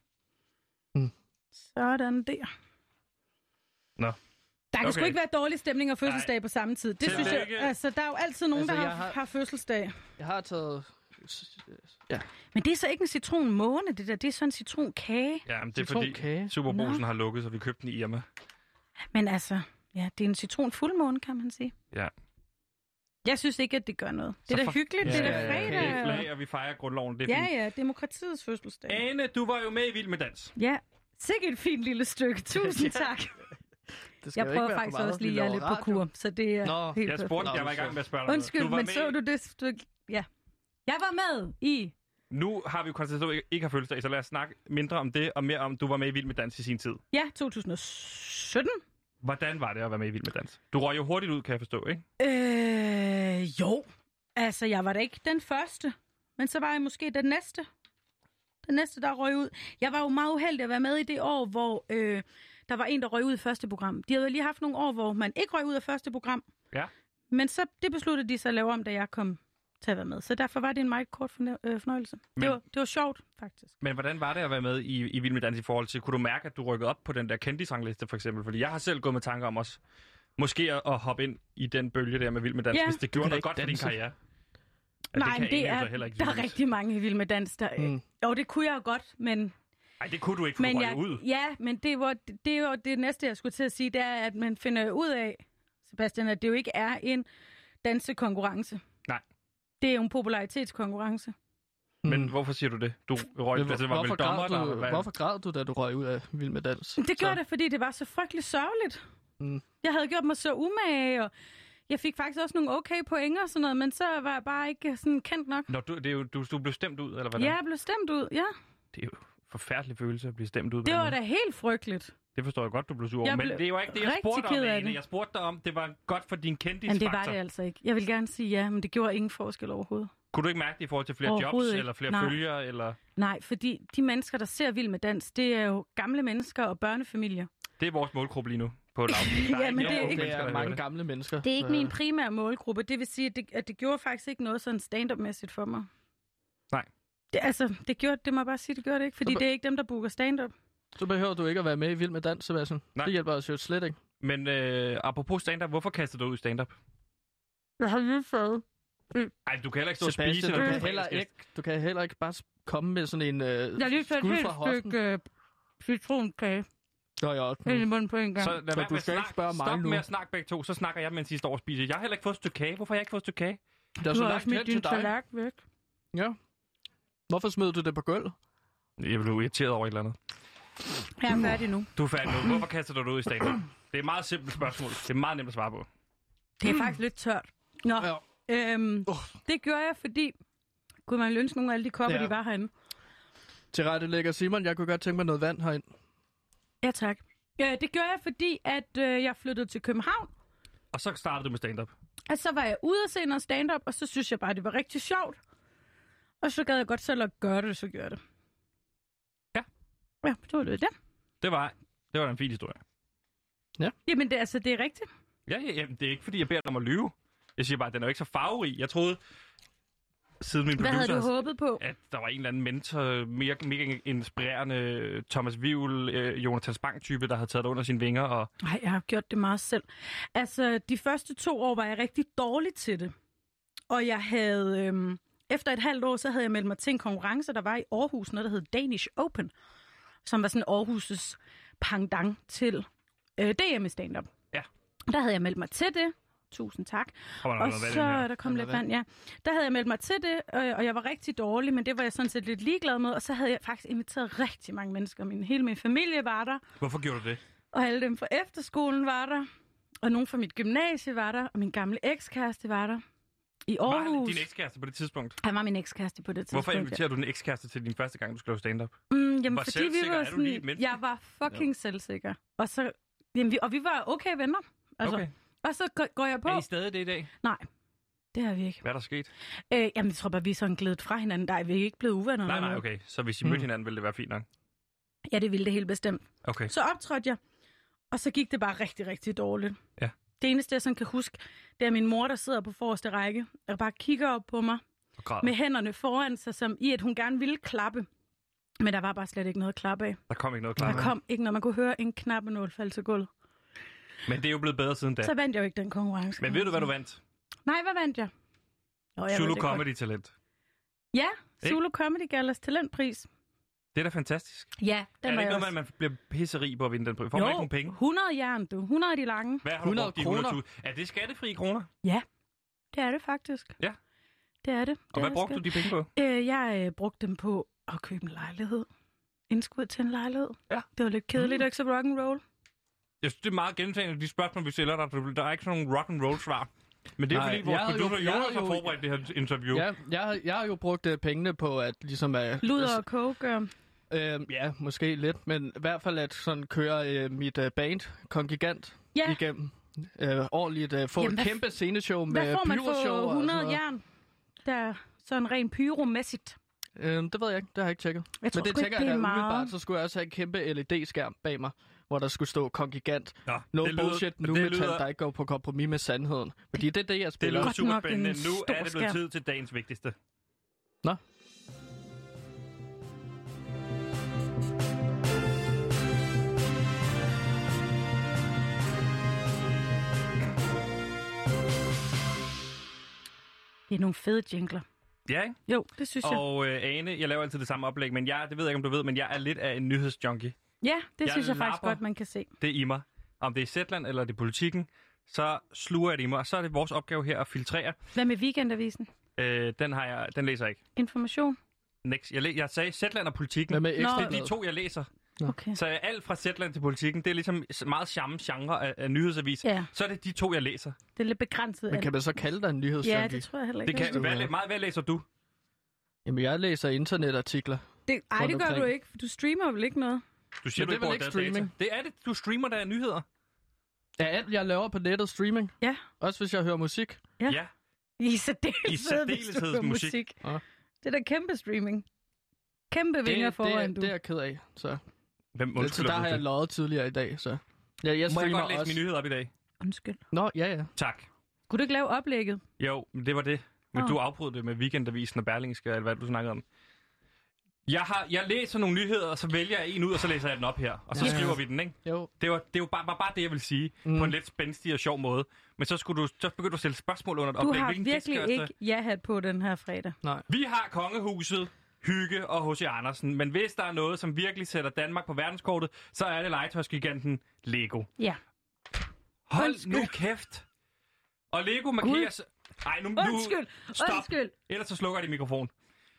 Sådan der. Nå. Der kan sgu ikke være dårlig stemning og fødselsdag på samme tid. Det synes jeg. Altså, der er jo altid nogen, der har fødselsdag. Jeg har taget... Ja. Men det er så ikke en citronmåne, det der. Det er sådan en citronkage. Ja, men det er fordi Superbrugsen har lukket, så vi købte den i Irma. Men altså, ja, det er en citronfuldmåne, kan man sige. Ja. Jeg synes ikke, at det gør noget. Det er da hyggeligt, det er da fredag. Flag, og vi fejrer grundloven, det er fint. Ja, demokratiets fødselsdag. Ane, du var jo med i Vild med Dans. Ja, sikkert et fint lille stykke. Tusind tak. Jeg prøver faktisk også lige at lidt på kur, så det er helt jeg spurgte, jeg var i gang med at spørge dig. Undskyld, men så du det stykke? Ja. Jeg var med i... Nu har vi jo konstateret, at du ikke har fødselsdag, så lad os snakke mindre om det, og mere om, du var med i Vild med Dans i sin tid. Ja, 2017. Hvordan var det at være med i Vild med Dans? Du røg jo hurtigt ud, kan jeg forstå, ikke? Jo. Altså, jeg var da ikke den første, men så var jeg måske den næste. Den næste, der røg ud. Jeg var jo meget uheldig at være med i det år, hvor der var en, der røg ud i første program. De havde lige haft nogle år, hvor man ikke røg ud af første program. Ja. Men så det besluttede de så at lave om, da jeg kom til at være med. Så derfor var det en meget kort fornøjelse. Det var sjovt, faktisk. Men hvordan var det at være med i Vild med Dans i forhold til? Kunne du mærke, at du rykkede op på den der kendisrangliste, for eksempel? Fordi jeg har selv gået med tanker om os måske at hoppe ind i den bølge der med Vild med Dans, hvis det gjorde noget godt for din karriere. Nej, det er der er rigtig mange i Vild med Dans. Jo, det kunne jeg jo godt, men... Nej, det kunne du ikke, for du røg ud. Ja, men det var det næste, jeg skulle til at sige, det er, at man finder ud af, Sebastian, at det jo ikke er en dansekonkurrence. Nej. Det er jo en popularitetskonkurrence. Men hvorfor siger du det? Du røg, hvorfor græd du, da du røg ud af Vild med Dans? Det gjorde det, fordi det var så frygteligt sørgeligt. Jeg havde gjort mig så umage, og jeg fik faktisk også nogle okay pointer og sådan noget, men så var jeg bare ikke sådan kendt nok. Nå, du blev stemt ud, eller hvad? Ja, jeg blev stemt ud, ja. Det er jo en forfærdelig følelse at blive stemt ud. Det var da helt frygteligt. Det forstår jeg godt, du blev sur over. Men det var ikke det, jeg spurgte om, Ane. Jeg spurgte dig om, det var godt for din kendisfaktor. Men det var det altså ikke. Jeg vil gerne sige ja, men det gjorde ingen forskel overhovedet. Kunne du ikke mærke det i forhold til flere jobs, eller flere følgere? Eller? Nej, fordi de mennesker, der ser Vild med Dans, det er jo gamle mennesker og børnefamilier. Det er vores målgruppe lige nu på et afsnit. Ja, men det er mange gamle mennesker. Det er ikke min primære målgruppe. Det vil sige, at det gjorde faktisk ikke noget sådan stand-up-mæssigt for mig. Nej. Det må jeg bare sige, det gjorde det ikke, fordi det er ikke dem, der booker stand-up. Så behøver du ikke at være med i Vild med Dans, Sebastian. Nej. Det hjælper os jo slet ikke. Men apropos stand-up, hvorfor kastede du ud i stand-up? Jeg har lige fået. Ej, du kan heller ikke stå og spise. Du kan heller ikke bare komme med sådan en jeg har lige fået et helt stykke citronkage. Helt i munden på en gang. Så du skal ikke spørge mig nu. Stop med at snakke begge to, så snakker jeg, mens I står og spiser. Jeg har heller ikke fået et stykke kage. Hvorfor har jeg ikke fået et stykke kage? Du har smidt din tallerken væk. Ja. Hvorfor smed du det på gulvet? Jeg blev irriteret over et eller andet. Jeg er færdig nu. Du er færdig nu. Hvorfor kaster du det ud i stand-up? Det er et meget simpelt spørgsmål. Det er meget nemt at svare på. Det er faktisk lidt tørt. Nå, det gør jeg, fordi... Kunne man ønske nogle af alle de kopper, de var herinde? Til rette lægger Simon, jeg kunne godt tænke mig noget vand herind. Ja, tak. Det gør jeg, fordi at jeg flyttede til København. Og så startede du med stand-up? Og så var jeg ude og se noget stand-up, og så synes jeg bare, det var rigtig sjovt. Og så gad jeg godt selv at gøre det, så gør jeg det. Ja. Ja, så var det. Det var en fin historie. Ja. Jamen, det er rigtigt. Ja, det er ikke, fordi jeg beder dig om at lyve. Jeg siger bare, at den er jo ikke så farverig. Jeg troede, siden min producer... Hvad havde du håbet på? At der var en eller anden mentor, mega inspirerende Thomas Wivel, Jonathan Spang-type, der havde taget det under sine vinger. Og... Nej, jeg har gjort det meget selv. Altså, de første 2 år var jeg rigtig dårlig til det. Og jeg havde... Efter et halvt år, så havde jeg meldt mig til en konkurrence, der var i Aarhus, noget der hed Danish Open, som var sådan Aarhus' pendant til DM i stand-up. Ja. Der havde jeg meldt mig til det. Tusind tak. Og så der kom lidt vand, ja. Der havde jeg meldt mig til det, og jeg var rigtig dårlig, men det var jeg sådan set lidt ligeglad med. Og så havde jeg faktisk inviteret rigtig mange mennesker. Hele min familie var der. Hvorfor gjorde du det? Og alle dem fra efterskolen var der. Og nogen fra mit gymnasie var der. Og min gamle ekskæreste var der. I Aarhus. Var din ekskæreste på det tidspunkt? Han var min ekskæreste på det tidspunkt. Hvorfor inviterer du din ekskæreste til din første gang, du skulle lave stand-up? Jamen, fordi vi var sådan... Jeg var fucking selvsikker. Og så... Jamen, vi var okay venner. Altså. Okay. Og så går jeg på... Er I stadig det i dag? Nej, det har vi ikke. Hvad er der sket? Jamen, jeg tror bare, vi er sådan glædet fra hinanden. Der er vi ikke blevet uvenner. Nej, okay. Så hvis I mødte hinanden, ville det være fint nok? Ja, det ville det helt bestemt. Okay. Så optrådte jeg, og så gik det bare rigtig, rigtig dårligt. Ja. Det eneste, jeg sådan kan huske, det er min mor, der sidder på forreste række, og bare kigger op på mig med hænderne foran sig, som i, at hun gerne ville klappe. Men der var bare slet ikke noget at klappe af. Der kom ikke noget at klappe af? Der kom ikke noget. Man kunne høre en knappenål falde til gulvet. Men det er jo blevet bedre siden da. Så vandt jeg jo ikke den konkurrence. Men ved du, hvad du vandt? Nej, hvad vandt jeg? Zulu Comedy Talent. Ja, Zulu Comedy Gallas talentpris. Det er da fantastisk. Ja, den er det ikke noget, man bliver pisserig på at vinde den pris? Får man ikke nogen penge? 100 jern, du. 100 de lange. Hvad har du brugt de 100.000? Er det skattefri kroner? Ja. Det er det faktisk. Ja. Det er det. Og hvad brugte du de penge på? Jeg brugte dem på at købe en lejlighed. Indskud til en lejlighed. Ja. Det var lidt kedeligt, ikke så rock'n'roll. Jeg synes, det er meget gentagende, de spørgsmål, vi stiller dig. Der er ikke sådan nogle rock'n'roll-svar. Men det er fordi, vores producer Jonas har forberedt det her interview. Ja, jeg har jo brugt pengene på at ligesom... Luder og coke. Ja, måske lidt, men i hvert fald at sådan køre mit band Kongigant igennem. Ordentligt få et kæmpe sceneshow med pyroshow. Hvad får man for 100 jern? Der sådan rent pyromæssigt. Det ved jeg ikke, det har jeg ikke tjekket. Men det tænker jeg, umiddelbart, så skulle jeg også have en kæmpe LED-skærm bag mig, hvor der skulle stå Kongigant. Ja, no bullshit, nu metal, der ikke går på kompromis med sandheden. Fordi det er det, jeg spiller. Det lyder super spændende. Nu er det blevet tid til dagens vigtigste. Nå. Det er nogle fede jingler. Ja, ikke? Jo, det synes jeg. Og Ane, jeg laver altid det samme oplæg, men det ved jeg ikke, om du ved, men jeg er lidt af en nyhedsjunkie. Ja, det synes jeg faktisk godt, man kan se. Det er i mig. Om det er Zetland eller det er Politikken, så sluger jeg det i mig. Og så er det vores opgave her at filtrere. Hvad med Weekendavisen? Den læser jeg ikke. Information? Next. Jeg sagde Zetland og Politikken. Hvad med det er de to, jeg læser. Okay. Så alt fra Zetland til Politikken, det er ligesom meget samme genre af nyhedsavis. Ja. Så er det de to, jeg læser. Det er lidt begrænset. Men kan man så kalde dig en nyhedsjunkie? Ja, det tror jeg heller ikke. Det kan, hvad læser du? Jamen, jeg læser internetartikler. Det gør du ikke, for du streamer vel ikke noget? Du siger, det er vel ikke streaming? Det er det. Du streamer der nyheder. Ja, alt jeg laver på nettet streaming. Ja. Også hvis jeg hører musik. Ja. I særdeleshed musik. Ja. Det er da kæmpe streaming. Kæmpe vinger foran, du. Det er jeg ked af, så... Så der har jeg løjet tidligere i dag, så... Ja, jeg må jeg godt læse mine nyheder op i dag? Undskyld. Nå, ja. Tak. Kunne du ikke lave oplægget? Jo, men det var det. Men du afbrød det med Weekendavisen og Berlingske, eller hvad du snakkede om. Jeg læser nogle nyheder, og så vælger jeg en ud, og så læser jeg den op her. Og så skriver vi den, ikke? Jo. Det var jo bare det, jeg vil sige. På en lidt spændstig og sjov måde. Men så begyndte du at stille spørgsmål under et oplæg. Du har virkelig ikke ja-hat på den her fredag. Nej. Vi har Kongehuset, Hygge og H.C. Andersen. Men hvis der er noget, som virkelig sætter Danmark på verdenskortet, så er det legetøjsgiganten Lego. Ja. Hold nu kæft. Og Lego markerer... Ej, nu... Stop. Undskyld. Ellers så slukker de mikrofon.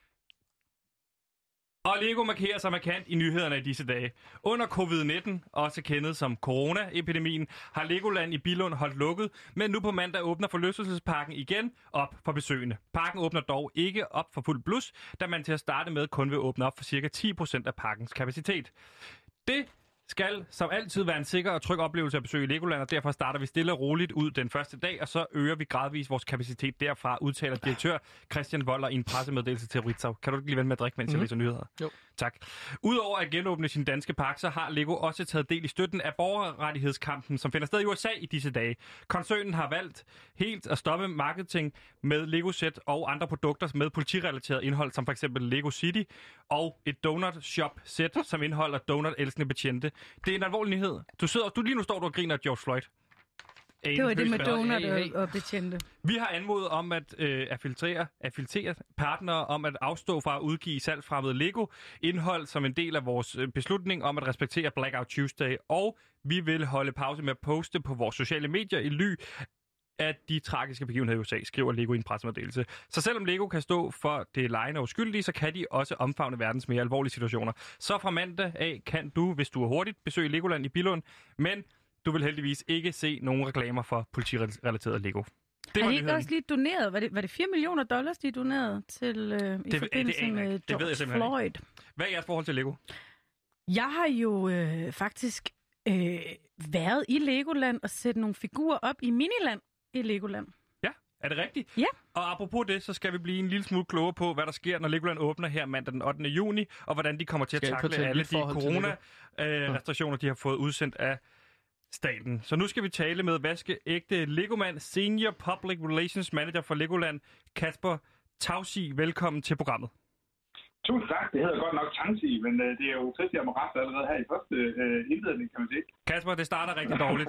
Og Lego markerer sig markant i nyhederne i disse dage. Under covid-19, også kendet som coronaepidemien, har Legoland i Billund holdt lukket, men nu på mandag åbner forlystelsesparken igen op for besøgende. Parken åbner dog ikke op for fuld blus, da man til at starte med kun vil åbne op for ca. 10% af parkens kapacitet. Det skal som altid være en sikker og tryg oplevelse at besøge Legoland, og derfor starter vi stille og roligt ud den første dag, og så øger vi gradvist vores kapacitet derfra, udtaler direktør Christian Voller i en pressemeddelelse til Ritzau. Kan du ikke lige vente med at drikke, mens jeg læser nyheder? Jo. Tak. Udover at genåbne sin danske park, så har Lego også taget del i støtten af borgerrettighedskampen, som finder sted i USA i disse dage. Koncernen har valgt helt at stoppe marketing med Lego-sæt og andre produkter med politirelateret indhold, som f.eks. Lego City og et donut shop-sæt, som indeholder donut-elskende betjente. Det er en alvorlig nyhed. Lige nu står du og griner af George Floyd. Det var det med donut og betjente. Vi har anmodet om at affiltrere partnere om at afstå fra at udgive salgsfremmet Lego-indhold som en del af vores beslutning om at respektere Blackout Tuesday, og vi vil holde pause med at poste på vores sociale medier i ly af de tragiske begivenheder i USA, skriver Lego i en pressemeddelelse. Så selvom Lego kan stå for det legende og uskyldige, så kan de også omfavne verdens mere alvorlige situationer. Så fra mandag af kan du, hvis du er hurtigt, besøge Legoland i Billund, men du vil heldigvis ikke se nogen reklamer for politirelateret Lego. Det har de ikke også lige doneret? Var det $4 million, de donerede til i forbindelse med George Floyd? Hvad er jeres forhold til Lego? Jeg har jo faktisk været i Legoland og sætte nogle figurer op i Miniland i Legoland. Ja, er det rigtigt? Ja. Og apropos det, så skal vi blive en lille smule klogere på, hvad der sker, når Legoland åbner her mandag den 8. juni, og hvordan de kommer til at takle alle de corona-restriktioner, de har fået udsendt af staten. Så nu skal vi tale med vaskeægte Legomand, Senior Public Relations Manager for Legoland, Kasper Tausi. Velkommen til programmet. Tusind tak. Det hedder godt nok Tausi, men det er jo trist, at jeg må rette allerede her i første indledning, kan man sige. Kasper, det starter rigtig dårligt.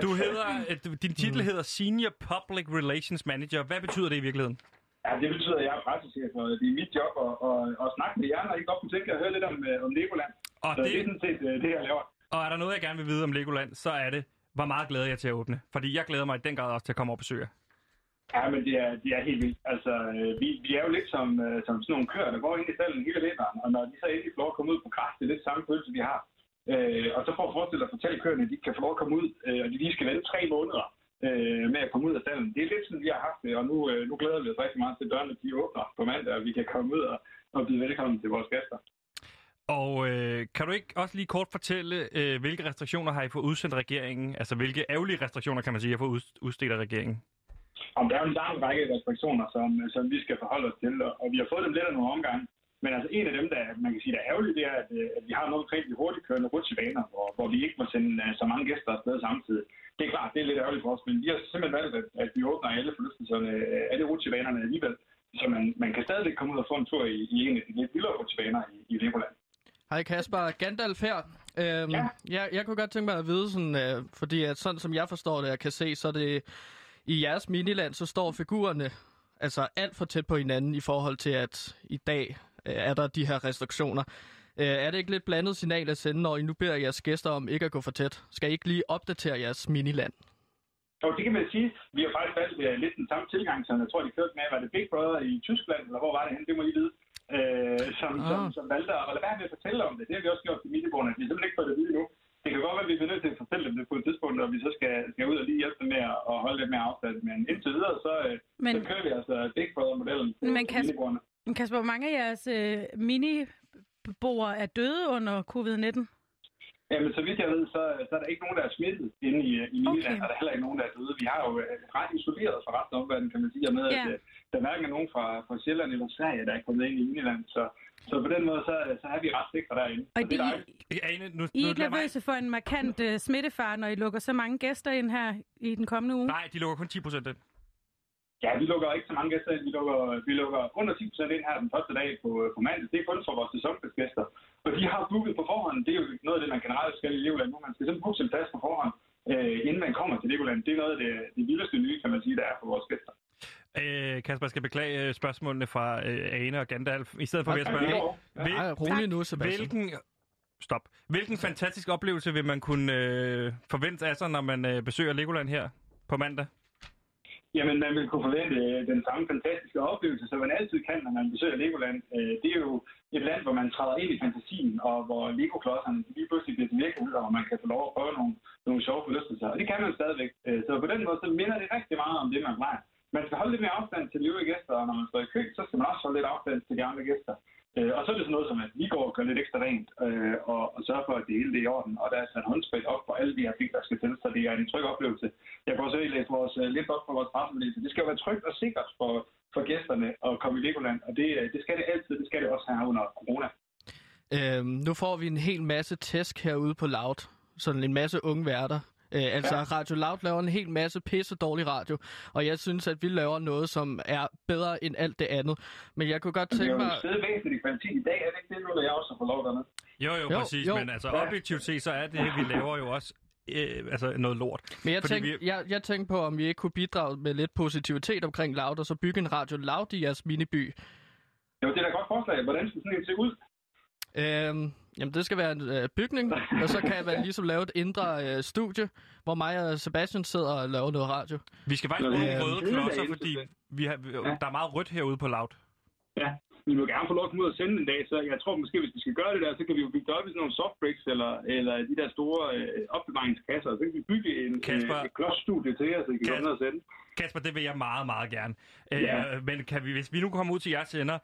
Din titel hedder Senior Public Relations Manager. Hvad betyder det i virkeligheden? Ja, det betyder, at jeg er pressechef, og det er mit job at snakke med jer, når I godt kunne tænke jer at høre lidt om Legoland. Og så det er sådan set det, jeg laver. Og er der noget, jeg gerne vil vide om Legoland, så er det, hvor meget glæder jeg til at åbne. Fordi jeg glæder mig i den grad også til at komme og besøge. Ja, men det er helt vildt. Altså, vi er jo lidt som sådan nogle køer, der går ind i stallen hele vinteren, og når de så endelig får lov at komme ud på græs, det er lidt samme følelse, vi har. Og så får forestille at fortælle køerne, at de kan få lov at komme ud, og de lige skal vente 3 måneder med at komme ud af stallen. Det er lidt sådan, vi har haft det, og nu glæder vi os rigtig meget til, at dørene de åbner på mandag, og vi kan komme ud og byde velkommen til vores gæster. Og kan du ikke også lige kort fortælle, hvilke restriktioner har I fået udsendt regeringen? Altså, hvilke ærgerlige restriktioner, kan man sige, I har fået udstedt af regeringen? Der er jo en lang række restriktioner, som vi skal forholde os til, og vi har fået dem lidt af nogle omgange. Men altså en af dem, der man kan sige, der er ærgerligt, det er, at vi har noget omkring de hurtigt kørende rutsjebaner, hvor vi ikke må sende så mange gæster afsted samtidig. Det er klart, det er lidt ærgerligt for os, men vi har simpelthen valgt, at vi åbner alle forlystelserne, alle rutsjebanerne alligevel, så man kan stadigvæk komme ud og få en tur i en af de lidt vildere rutsjebaner i Legoland. Hej Kasper, Gandalf her. Jeg kunne godt tænke mig at vide, sådan, fordi at sådan som jeg forstår det, jeg kan se, så det i jeres miniland, så står figurerne altså alt for tæt på hinanden i forhold til, at i dag er der de her restriktioner. Er det ikke lidt blandet signal at sende, når I nu beder jeres gæster om ikke at gå for tæt? Skal I ikke lige opdatere jeres miniland? Jo, det kan man sige. Vi har faktisk valgt lidt den samme tilgang, som jeg tror, de kørte med. Var det Big Brother i Tyskland, eller hvor var det henne? Det må I vide. Som valgte at lade være med at fortælle om det. Det har vi også gjort til miniborgerne. Vi har simpelthen ikke fået det vide nu. Det kan godt være, at vi er nødt til at fortælle dem det på et tidspunkt, og vi så skal ud og lige hjælpe dem med at holde lidt mere afstand. Men indtil videre, så kører vi altså Big Brother-modellen til miniborgerne. Men Kasper, hvor mange af jeres miniboere er døde under covid-19? Jamen, så vidt jeg ved, så er der ikke nogen, der er smittet inde i miniland, og der er heller ikke nogen, der er døde. Vi har jo ret isoleret fra resten af omverdenen, kan man sige, med at der hverken er nogen fra Sjælland eller Sverige, der er kommet ind i miniland. Så på den måde, så er vi ret sikre derinde. Og I er ikke nervøse for en markant smittefare, når I lukker så mange gæster ind her i den kommende uge? Nej, de lukker kun 10% ind. Ja, vi lukker ikke så mange gæster ind. Vi lukker under 10% ind her den første dag på mandag. Det er kun for vores sæsonfestgæster. Og de har booket på forhånd. Det er jo noget af det, man generelt skal i Legoland. Man skal simpelthen booke sin plads på forhånd, inden man kommer til Legoland. Det er noget af det vildeste nye, kan man sige, der er for vores gæster. Kasper, jeg skal beklage spørgsmålene fra Ane og Gandalf. I stedet for at spørge, hvilken fantastisk oplevelse vil man kunne forvente af sig, når man besøger Legoland her på mandag? Jamen, man vil kunne forvente den samme fantastiske oplevelse, som man altid kan, når man besøger Legoland. Det er jo et land, hvor man træder ind i fantasien, og hvor Lego-klodserne lige pludselig bliver til virkelighed, og man kan få lov at prøve nogle sjove forlystelser. Og det kan man stadigvæk. Så på den måde, så minder det rigtig meget om det, man plejer. Man skal holde lidt mere afstand til de øvrige gæster, og når man står i kø, så skal man også holde lidt afstand til de andre gæster. Og så er det sådan noget som, at vi går og gør lidt ekstra rent, og sørger for, at det hele det er i orden. Og der er sat håndsprit op for alle de her ting, der skal til, så det er en tryg oplevelse. Jeg kan også læse lidt op for vores pressemeddelelse. Det skal jo være trygt og sikkert for gæsterne at komme i Legoland, og det skal det altid. Det skal det også her under corona. Nu får vi en hel masse tæsk herude på Loud. Sådan en masse unge værter. Radio Loud laver en hel masse pisse dårlig radio, og jeg synes, at vi laver noget, som er bedre end alt det andet. Men jeg kunne godt tænke mig... Det er jo væsentligt kvalitet i dag, er det ikke det nu, når jeg også har fået lov dernede? Jo, præcis, men altså objektivt set, så er det, vi laver jo også noget lort. Men jeg tænkte på, om vi ikke kunne bidrage med lidt positivitet omkring Loud, og så bygge en Radio Loud i jeres miniby. Jo, det er da godt forslag. Hvordan skal sådan en se ud? Jamen, det skal være en bygning, og så kan man ligesom lave et indre studie, hvor mig og Sebastian sidder og laver noget radio. Vi skal faktisk bruge røde klodser, fordi der er meget rødt herude på Loud. Ja, vi vil gerne få lov at komme ud og sende en dag, så jeg tror måske, hvis vi skal gøre det der, så kan vi jo bygge det op i sådan nogle softbricks, eller de der store opbevaringskasser, så kan vi bygge et klodsstudie til jer, så vi kan komme ned og sende. Kasper, det vil jeg meget, meget gerne. Men hvis vi nu kommer ud til jeres sender,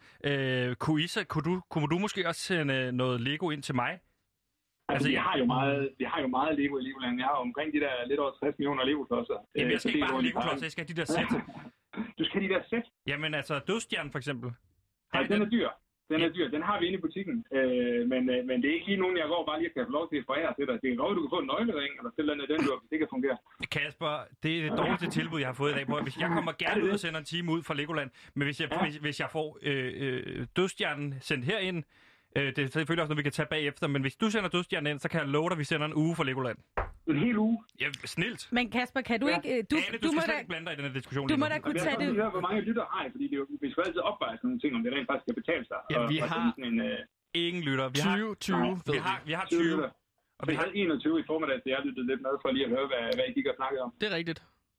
kunne du måske også sende noget Lego ind til mig? Altså, vi har jo meget Lego i Legoland. Jeg har omkring de der lidt over 60 millioner Lego-klodser. Jamen, jeg skal ikke bare have Lego-klodser, jeg skal have de der sæt. Du skal have de der sæt? Jamen, altså, dødstjernen for eksempel. Nej, den er dyr. Den har vi inde i butikken. Men det er ikke lige nogen, jeg går bare lige kan få lov til at forære til dig. Det er godt, du kan få en nøglering, eller til den du hvis det kan fungere. Kasper, det er det dårligste tilbud, jeg har fået i dag. Hvis jeg kommer gerne ud og sender en time ud fra Legoland, men hvis jeg får dødstjernen sendt herind, det er selvfølgelig også noget, vi kan tage bagefter, men hvis du sender dødstjernen ind, så kan jeg love dig, at vi sender en uge fra Legoland. En hel uge? Ja, snilt. Men Kasper, kan du ikke... Du skal slet ikke blande dig i den her diskussion. Du må da kunne tage det... Jeg høre, hvor mange lytter har I, fordi vi skal altid opveje sådan nogle ting, om det rent faktisk skal betale sig. Ja, vi har ingen lytter. Vi har 20. Og vi havde 21 i formiddag, så jeg lyttede lidt med for lige at høre, hvad I gik og snakkede om. Det er rigtigt.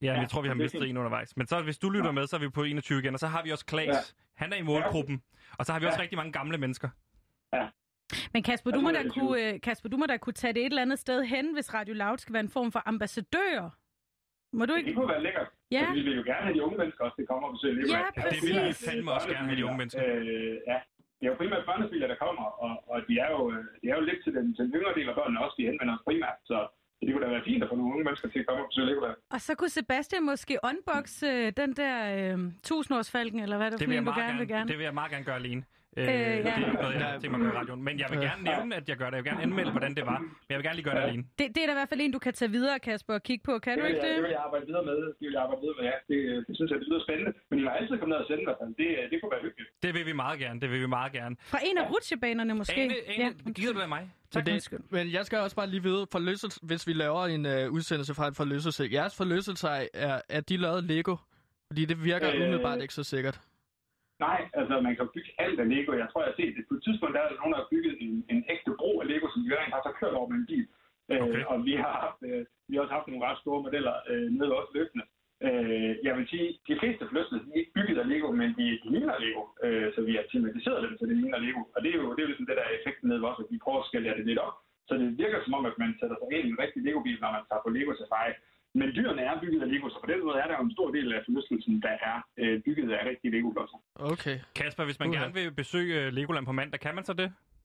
Ja, jeg tror, vi har mistet en undervejs. Men så hvis du lytter med, så er vi på 21 igen, og så har vi også Klaas. Ja. Han er i målgruppen. Og så har vi også rigtig mange gamle mennesker. Ja. Men Kasper, du må da kunne tage det et eller andet sted hen, hvis Radio Loud skal være en form for ambassadør. Må du ikke? Det kunne være lækkert. Ja. Altså, vi vil jo gerne have de unge mennesker også, der kommer og besøger Legoland. Ja, præcis. Det vil vi fandme også gerne have de unge mennesker. Ja. Det er jo primært børnefamilier, der kommer, og de er jo lidt til den yngre del af børnene også, de henvender os primært. Så det kunne da være fint at få nogle unge mennesker til at komme og besøge Legoland. Og så kunne Sebastian måske unboxe den der 1000-årsfalken, eller hvad det er, du gerne vil gerne. Det vil jeg meget gerne gøre alene. Det er ikke noget, jeg har tænkt mig at gøre i radioen. Men jeg vil gerne nævne, at jeg gør det. Jeg vil gerne anmelde, hvordan det var. Men jeg vil gerne lige gøre det alene. Det er da i hvert fald en, du kan tage videre, Kasper, og kigge på. Kan du ikke det? Det vil jeg arbejde videre med. Ja. Det synes jeg, det lyder spændende. Men I må altid komme ned og sende dig. Det kunne være hyggeligt. Det vil vi meget gerne. Fra en af rutsjebanerne måske. Ane, gider du af mig? Tak, men jeg skal også bare lige vide, hvis vi laver en udsendelse fra en forlystelse. Jeres forlystelse er de lavet Lego? Fordi det virker umiddelbart ikke så sikkert. Nej, altså man kan bygge alt af Lego. Jeg tror, jeg har set det. På et tidspunkt der er nogen, der har bygget en ægte bro af Lego, som vi rent har kørt over med en bil. Okay. Og vi har også haft nogle ret store modeller nede også løbende. Jeg vil sige, de fleste forlystelser er ikke bygget af Lego, men de ligner Lego. Så vi har tematiseret dem, så det ligner Lego. Og det er jo ligesom det, der er effekten nede også, at vi prøver at skalere det lidt op. Så det virker som om, at man sætter sig ind i en rigtig Lego-bil, når man tager på Lego Safari. Men dyrene er bygget af Lego, så på den måde er der jo en stor del af forlystelsen, der er bygget af rigtige Lego-klodser. Okay. Kasper, hvis man gerne vil besøge Legoland på mandag, kan man så det?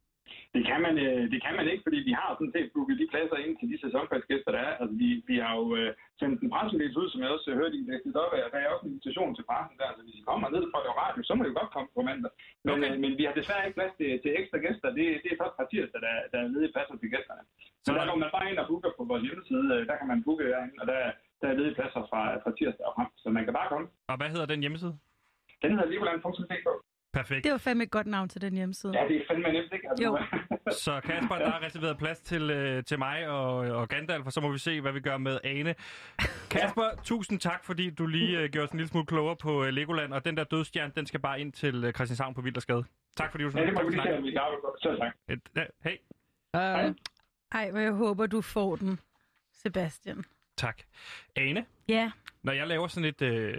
Det kan man ikke, fordi vi har sådan set booket de pladser ind til de sæsonfaldsgæster, der er. Altså, vi har jo sendt en pressemeddelelse ud, som jeg også hørte i læstet op af, og der er også en invitation til pressen der. Altså, hvis I kommer ned fra det radio, så må I jo godt komme på mandag. Men vi har desværre ikke plads til ekstra gæster. Det er først fra tirsdag, der er ledige pladser til gæsterne. Så der går man bare ind og booker på vores hjemmeside. Der kan man booke derinde, og der er ledige pladser fra tirsdag og frem. Så man kan bare komme. Og hvad hedder den hjemmeside? Den hedder legoland.dk. Perfekt. Det var fandme et godt navn til den hjemmeside. Ja, det er fandme nemt, ikke? Altså, jo. Så Kasper, der er reserveret plads til mig og Gandalf, og så må vi se, hvad vi gør med Ane. Kasper, tusind tak, fordi du lige gjorde os en lille smule klogere på Legoland, og den der dødstjerne, den skal bare ind til Christianshavn på Wildersgade. Tak fordi du snakkede. Ja, det må vi lige se, så tak. Hej. Ej, hvor jeg håber, du får den, Sebastian. Tak. Ane? Ja? Når jeg laver sådan et...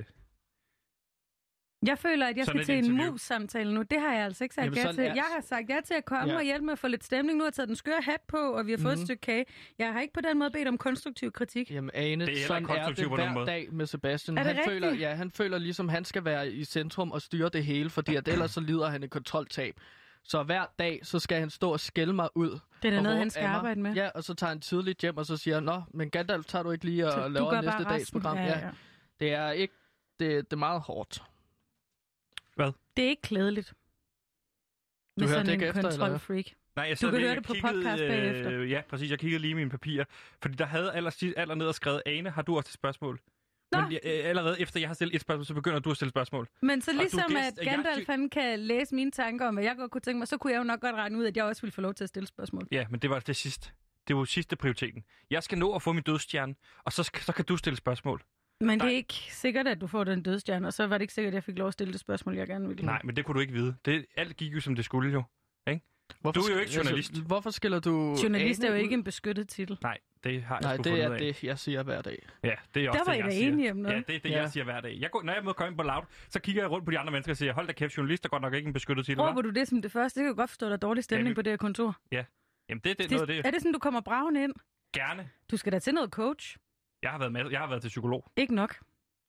Jeg føler, at jeg skal til en mus-samtale nu. Det har jeg altså ikke sagt ja til. Jeg har sagt ja til at komme og hjælpe med at få lidt stemning. Nu har jeg taget den skøre hat på, og vi har fået et stykke kage. Jeg har ikke på den måde bedt om konstruktiv kritik. Jamen Ane, det er sådan er det hver dag med Sebastian. Han føler ligesom, han skal være i centrum og styre det hele, fordi at ellers så lider han et kontroltab. Så hver dag, så skal han stå og skælde mig ud. Det er da noget, han skal arbejde med. Ja, og så tager han tidligt hjem, og så siger nå, men Gandalf, tager du ikke lige og laver næste dags program? Ja. Det er ikke, det er meget hårdt. Hvad? Det er ikke klædeligt. Du hørte det ikke efter, eller freak. Nej, du kan høre det på podcast bagefter. Ja, præcis. Jeg kiggede lige i mine papirer. Fordi der havde allernede skrevet, Ane, har du også et spørgsmål? Nå. Men allerede efter jeg har stillet et spørgsmål, så begynder du at stille spørgsmål. Men så ligesom at Gandalf han kan læse mine tanker om, hvad jeg godt kunne tænke mig, så kunne jeg jo nok godt regne ud, at jeg også ville få lov til at stille spørgsmål. Ja, men det var det sidste. Det var sidste prioriteten. Jeg skal nå at få min dødstjerne, og så kan du stille spørgsmål. Men det er ikke sikkert, at du får den dødstjerne, og så var det ikke sikkert, at jeg fik lov at stille det spørgsmål, jeg gerne ville. Nej, men det kunne du ikke vide. Alt gik jo, som det skulle jo. Ikke? Du er jo ikke journalist. Altså, hvorfor skiller du... Journalist er jo ikke en beskyttet titel. Nej, det har jeg sgu fundet af. Nej, det er det, jeg siger hver dag. Ja, det er også der var det, jeg enige om noget. Ja, det er det, jeg siger hver dag. Når jeg møder komme ind på Loud, så kigger jeg rundt på de andre mennesker og siger, hold da kæft, journalist er godt nok ikke en beskyttet titel. Råber du det som det første? Det kan jo godt forstå, at der er dårlig stemning på det her kontor. Ja, jamen det er noget af det. Er det sådan, du kommer braven ind? Gerne. Du skal da til noget coach. Jeg har været til psykolog. Ikke nok.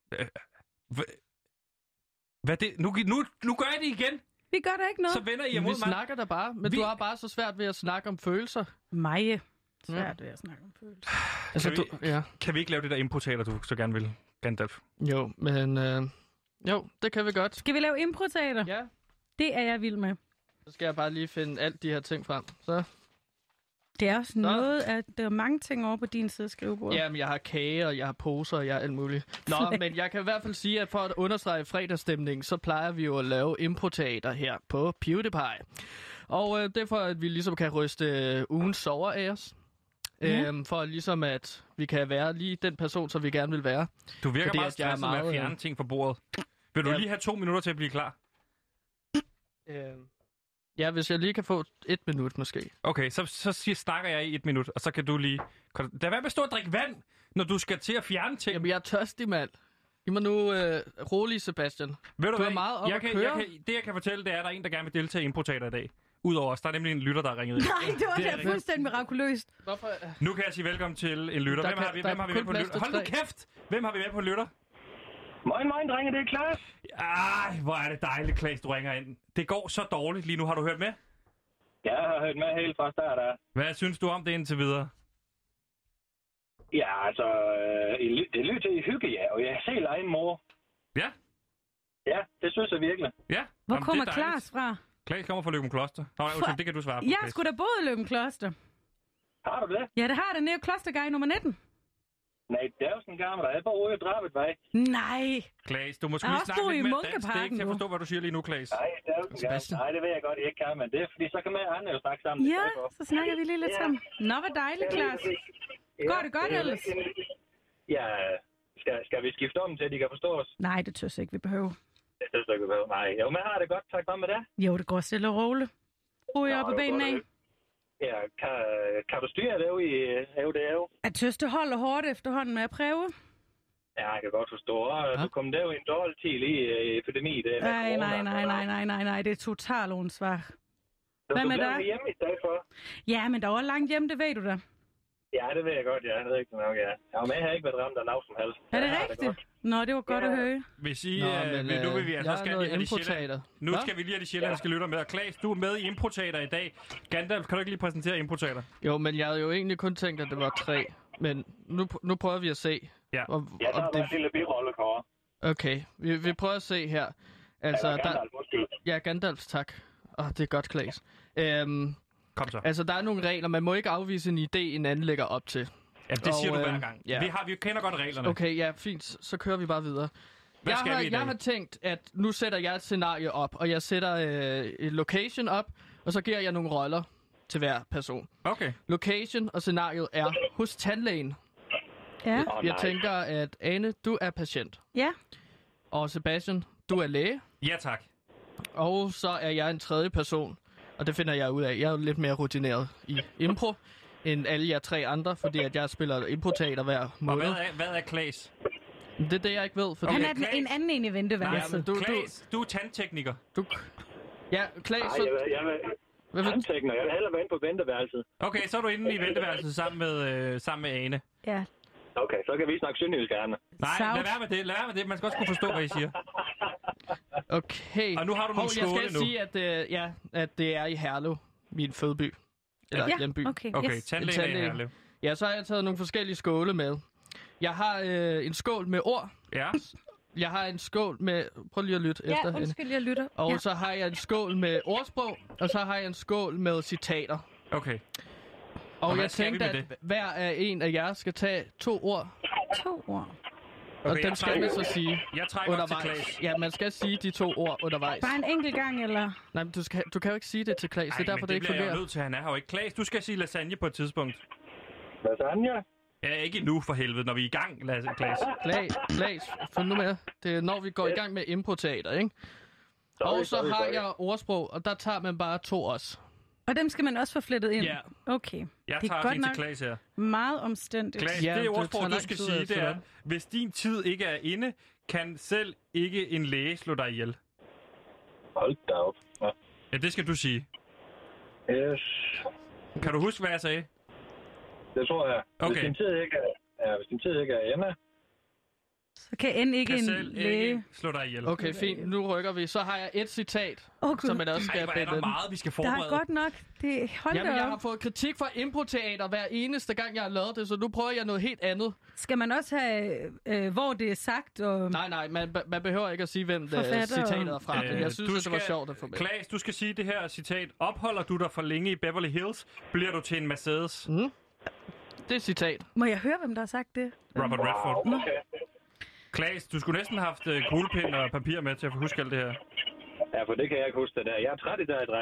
Hvad det? Nu gør jeg det igen. Vi gør der ikke noget. Så vender I imod mig. Vi snakker der bare, men du har bare så svært ved at snakke om følelser. Mig svært ved at snakke om følelser. Altså, kan vi ikke lave det der improteater, du så gerne vil, Gandalf? Jo, men jo, det kan vi godt. Skal vi lave improteater? Ja. Det er jeg vild med. Så skal jeg bare lige finde alt de her ting frem. Så. Det er også noget, at der er mange ting over på din side af skrivebordet. Jamen, jeg har kage, og jeg har poser, og jeg har alt muligt. Nå, men jeg kan i hvert fald sige, at for at understrege fredagsstemningen, så plejer vi jo at lave improteater her på PewDiePie. Og det er for, at vi ligesom kan ryste ugens sover af os. For ligesom, at vi kan være lige den person, som vi gerne vil være. Du virker meget stresset med at fjerne ting fra bordet. Vil du lige have 2 minutter til at blive klar? Ja, hvis jeg lige kan få 1 minut måske. Okay, så snakker jeg i 1 minut, og så kan du lige... Der er med stå og drikke vand, når du skal til at fjerne ting. Jamen, jeg er tørstig, mand. Giv mig nu rolig, Sebastian. Ved du er meget op at køre. Det, jeg kan fortælle, det er, at der er en, der gerne vil deltage i Improteater i dag. Udover os. Der er nemlig en lytter, der har ringet ind. Nej, det var da fuldstændig mirakuløst. Hvorfor? Nu kan jeg sige velkommen til en lytter. Hvem har vi med på lytter? Hold nu kæft! Hvem har vi med på lytter? Moin, drenge, det er Klaas. Ej, hvor er det dejligt, Klaas, du ringer ind. Det går så dårligt lige nu. Har du hørt med? Jeg har hørt med helt fra start af. Hvad synes du om det indtil videre? Ja, altså, det lyder til hygge, ja, og jeg ser egen mor. Ja? Ja, det synes jeg virkelig. Ja. Hvor kommer Klaas fra? Klaas kommer fra Løgumkloster. Det kan du svare på. Jeg skulle da boet i Løgumkloster. Har du det? Ja, det har det nede i Klostergade nummer 19. Nej, det er jo sådan en gammel, der er bare ude i Drabetvej. Nej. Klaas, du må sgu lige snakke lidt mere dansk. Det er ikke til at forstå, hvad du siger lige nu, Klaas. Nej, det er jo sådan en Nej, det ved jeg godt, jeg ikke kan, men det er fordi, så kan man andre jo snakke sammen. Ja, så snakker vi lige lidt sammen. Nå, hvor dejligt, Klaas. Går det godt ellers? Ja, skal vi skifte om til, at de kan forstå os? Nej, det tør jeg ikke, vi behøver. Det synes jeg ikke, vi behøver. Nej, jo, men har det godt. Tak, hvad med det? Jo, det går stille og roligt. Rolig op i benene af. Ja, kan du styre det jo? At tøste holder hårdt efterhånden med at prøve. Ja, jeg kan godt forstå. Du kom der jo i en dårlig tid lige i epidemi. Nej, det er totalt ondsvar. Hvad med dig? Hjemme i stedet for? Ja, men der var langt hjem, det ved du da. Ja, det ved jeg godt, ja. Det er ikke nok, ja. Jeg har ikke været ramt af noget som helst. Er det rigtigt? Nå, det var godt at høre. Hvis I, nu vil vi altså skal lige have de sjællandske. Nu skal vi lige have de sjællandske lytter med. Og Klaas, du er med i Improteater i dag. Gandalf, kan du ikke lige præsentere Improteater? Jo, men jeg havde jo egentlig kun tænkt, at det var 3. Men nu prøver vi at se. Ja, der er en lille birolle, Kåre. Okay, vi prøver at se her. Altså, Gandalf, måske. Ja, Gandalf, tak. Det er godt, Klaas. Kom så. Altså, der er nogle regler. Man må ikke afvise en idé, en anden lægger op til. Ja, det siger du hver gang. Ja. Vi kender godt reglerne. Okay, ja, fint. Så kører vi bare videre. Jeg har tænkt, at nu sætter jeg et scenarie op, og jeg sætter et location op, og så giver jeg nogle roller til hver person. Okay. Location og scenariet er hos tandlægen. Ja. Jeg tænker, at Ane, du er patient. Ja. Og Sebastian, du er læge. Ja, tak. Og så er jeg en tredje person. Og det finder jeg ud af. Jeg er jo lidt mere rutineret i impro, end alle jer 3 andre, fordi at jeg spiller improteater hver måned. Og hvad er Klaas? Det er det, jeg ikke ved. Fordi Han er en anden en i venteværelset. Klaas, du er tandtekniker. Ja, Klaas... Jeg er tandtekniker. Jeg vil hellere være inde på venteværelset. Okay, så er du inde i venteværelset sammen med Ane. Ja. Okay, så kan vi snakke sønderjysk, gerne. Nej, lad være med det. Man skal også kunne forstå, hvad I siger. Okay. Og nu har du nogle skåle nu. Jeg skal sige, at det er i Herlev, min fødeby. Eller hjemby. Okay, yes. Tandlægen i Herlev. Ja, så har jeg taget nogle forskellige skåle med. Jeg har en skål med ord. Ja. Jeg har en skål med... Prøv lige at lytte efter. Ja, undskyld, jeg lytter. Og så har jeg en skål med ordsprog, og så har jeg en skål med citater. Okay. Og jeg tænkte, at hver af en af jer skal tage 2 ord. 2 ord? Okay, og dem skal man så sige undervejs. Til Klaas. Ja, man skal sige de 2 ord undervejs. Bare en enkelt gang, eller? Nej, men du kan jo ikke sige det til Klaas. Det er derfor, det ikke fungerer. Det bliver jeg nødt til, han er her jo ikke. Klaas, du skal sige lasagne på et tidspunkt. Lasagne? Ja, ikke nu for helvede, når vi er i gang, Klaas. Klaas, følg nu med. Det er når vi går i gang med improteater, ikke? Og så har jeg ordsprog, og der tager man bare 2 også. Og dem skal man også få flettet ind? Ja. Okay. Jeg tager også en til Klaas her. Meget omstændigt. Klaas, det ordsprog, du skal sige, det er, hvis din tid ikke er inde, kan selv ikke en læge slå dig ihjel. Hold da op. Ja, det skal du sige. Yes. Kan du huske, hvad jeg sagde? Det tror jeg. Okay. Hvis din tid ikke er inde, så kan end ikke kan en selv læge ikke slå dig ihjel. Okay, fint. Nu rykker vi. Så har jeg et citat, som man også skal binde. Der er meget, vi skal forberede. Der er godt nok. Jamen, jeg har fået kritik fra improteater hver eneste gang, jeg har lavet det, så nu prøver jeg noget helt andet. Skal man også have, hvor det er sagt? Og... Nej, man behøver ikke at sige, hvem det citatet er fra. Jeg synes, det var sjovt at få med. Klaas, du skal sige det her citat. Opholder du dig for længe i Beverly Hills, bliver du til en Mercedes. Det er citat. Må jeg høre, hvem der har sagt det? Robert Redford. Okay. Klaas, du skulle næsten have haft kuglepind og papir med til at huske alt det her. Ja, for det kan jeg ikke huske det der. Jeg er træt i dag, drenge.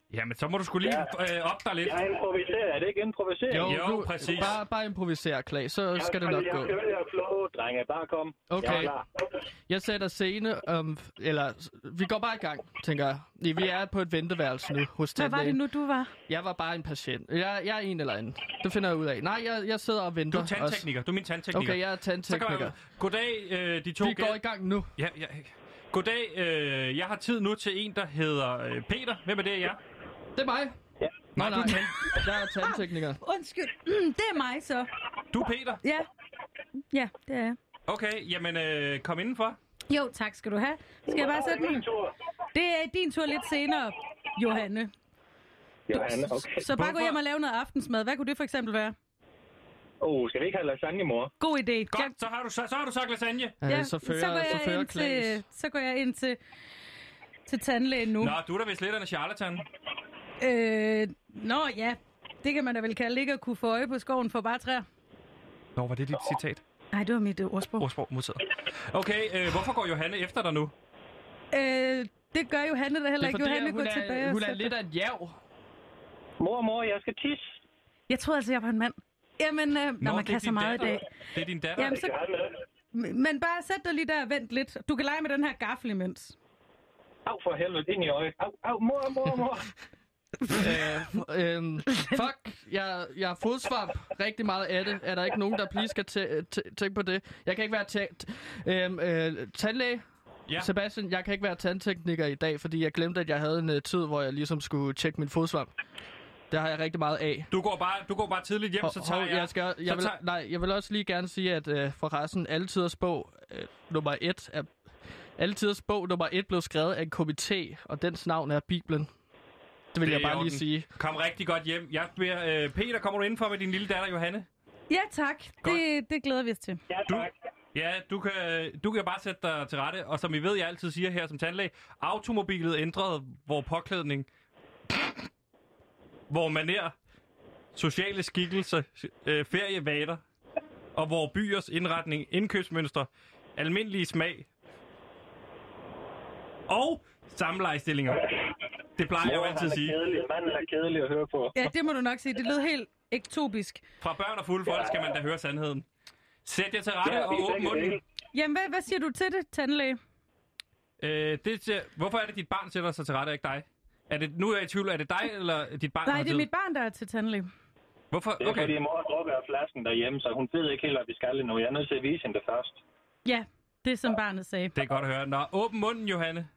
Jamen, så må du skulle lige op der lidt. Jeg improviserer. Er det ikke improvisering? Jo, præcis. Bare improviser, Claes, så skal det nok gå. Jeg følger flow, drenge. Bare kom. Okay. Jeg sætter scene, eller vi går bare i gang, tænker jeg. Vi er på et venteværelse nu hos tandlægen. Hvad var det nu, du var? Jeg var bare en patient. Jeg er en eller anden. Det finder jeg ud af. Nej, jeg sidder og venter. Du er tandtekniker. Du er min tandtekniker. Okay, jeg er tandtekniker. Goddag, de to Vi går i gang nu. Ja. Goddag, jeg har tid nu til en, der hedder Peter. Hvem er det, jer? Det er mig. Ja. Nej, jeg er tandtekniker. Undskyld, det er mig så. Du er Peter? Ja, det er jeg. Okay, jamen kom indenfor. Jo, tak skal du have. Skal jeg bare sætte mig? Det er din tur lidt senere, Johanne. Okay. Så bare gå hjem og lave noget aftensmad. Hvad kunne det for eksempel være? Skal vi ikke have lasagne, mor? God idé. Godt, så har du sagt lasagne. Ja, så går jeg ind til tandlægen nu. Nå, du er da vist lidt af en charlatan. Ja. Det kan man da vel kalde ikke at kunne få øje på skoven for bare træer. Nå, var det dit citat? Nej, det var mit ordsprog. Ordsprog modtaget. Okay, hvorfor går Johanne efter dig nu? Det gør Johanne da heller ikke. Johanne går tilbage. Hun er lidt af en jav. Mor, jeg skal tisse. Jeg troede altså, jeg var en mand. Jamen, når man kan så meget datter. I dag. Det er din datter. Jamen, så... Men bare sæt dig lige der og vent lidt. Du kan lege med den her gaffel imens. Au for helvede, ind i øjet. Au, mor. Fuck, jeg har fodsvamp. Rigtig meget af det. Er der ikke nogen, der please skal tænke på det? Jeg kan ikke være tandlæge. Ja. Sebastian, jeg kan ikke være tandtekniker i dag, fordi jeg glemte, at jeg havde en tid, hvor jeg ligesom skulle tjekke min fodsvamp. Det har jeg rigtig meget af. Du går bare tidligt hjem, så tager jeg... Jeg vil også lige gerne sige, at forresten, Alletiders bog nummer 1 blev skrevet af en komité, og dens navn er Bibelen. Det vil jeg bare lige sige. Kom rigtig godt hjem. Jeg beder, Peter, kommer du indenfor med din lille datter, Johanne? Ja, tak. Det glæder vi os til. Ja, tak. Du kan bare sætte dig til rette, og som I ved, jeg altid siger her som tandlæge, automobilet ændrede vores påklædning, hvor manér, sociale skikkelser, ferievater og vores byers indretning, indkøbsmønstre, almindelige smag og samlejestillinger. Det plejer jeg jo altid at sige. Manden er kedelig at høre på. Ja, det må du nok sige. Det lød helt ektopisk. Fra børn og fulde folk skal man da høre sandheden. Sæt jer til rette og åbn munden. Jamen, hvad siger du til det, tandlæge? Hvorfor er det, dit barn sætter sig til rette, ikke dig? Nu er jeg i tvivl, er det dig eller dit barn? Nej, det er mit barn, der er til tandlæge. Hvorfor? Det er fordi mor drukker af flasken derhjemme, så hun ved ikke helt, hvad vi skal endnu. Jeg er nødt til at vise hende det først. Ja, det er som barnet sagde. Det er godt at høre. Nå, åbn munden, Johanne.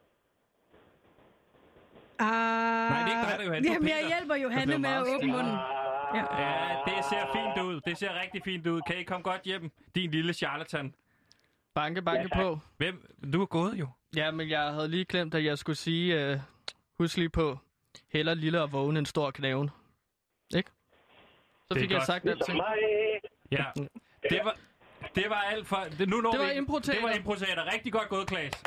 Nej, det er ikke dig, der Johanne. Jamen, jeg hjælper Johanne med at åbne munden. Ja, det ser fint ud. Det ser rigtig fint ud. Kan I komme godt hjem, din lille charlatan? Banke på. Hvem? Du er gået jo. Ja, men jeg havde lige glemt, at jeg skulle sige, husk lige på, heller lille og vågen en stor knæven. Ikke? Så fik jeg sagt alt til. Ja, det var alt for... Det var improteater. Rigtig godt gået, Claes.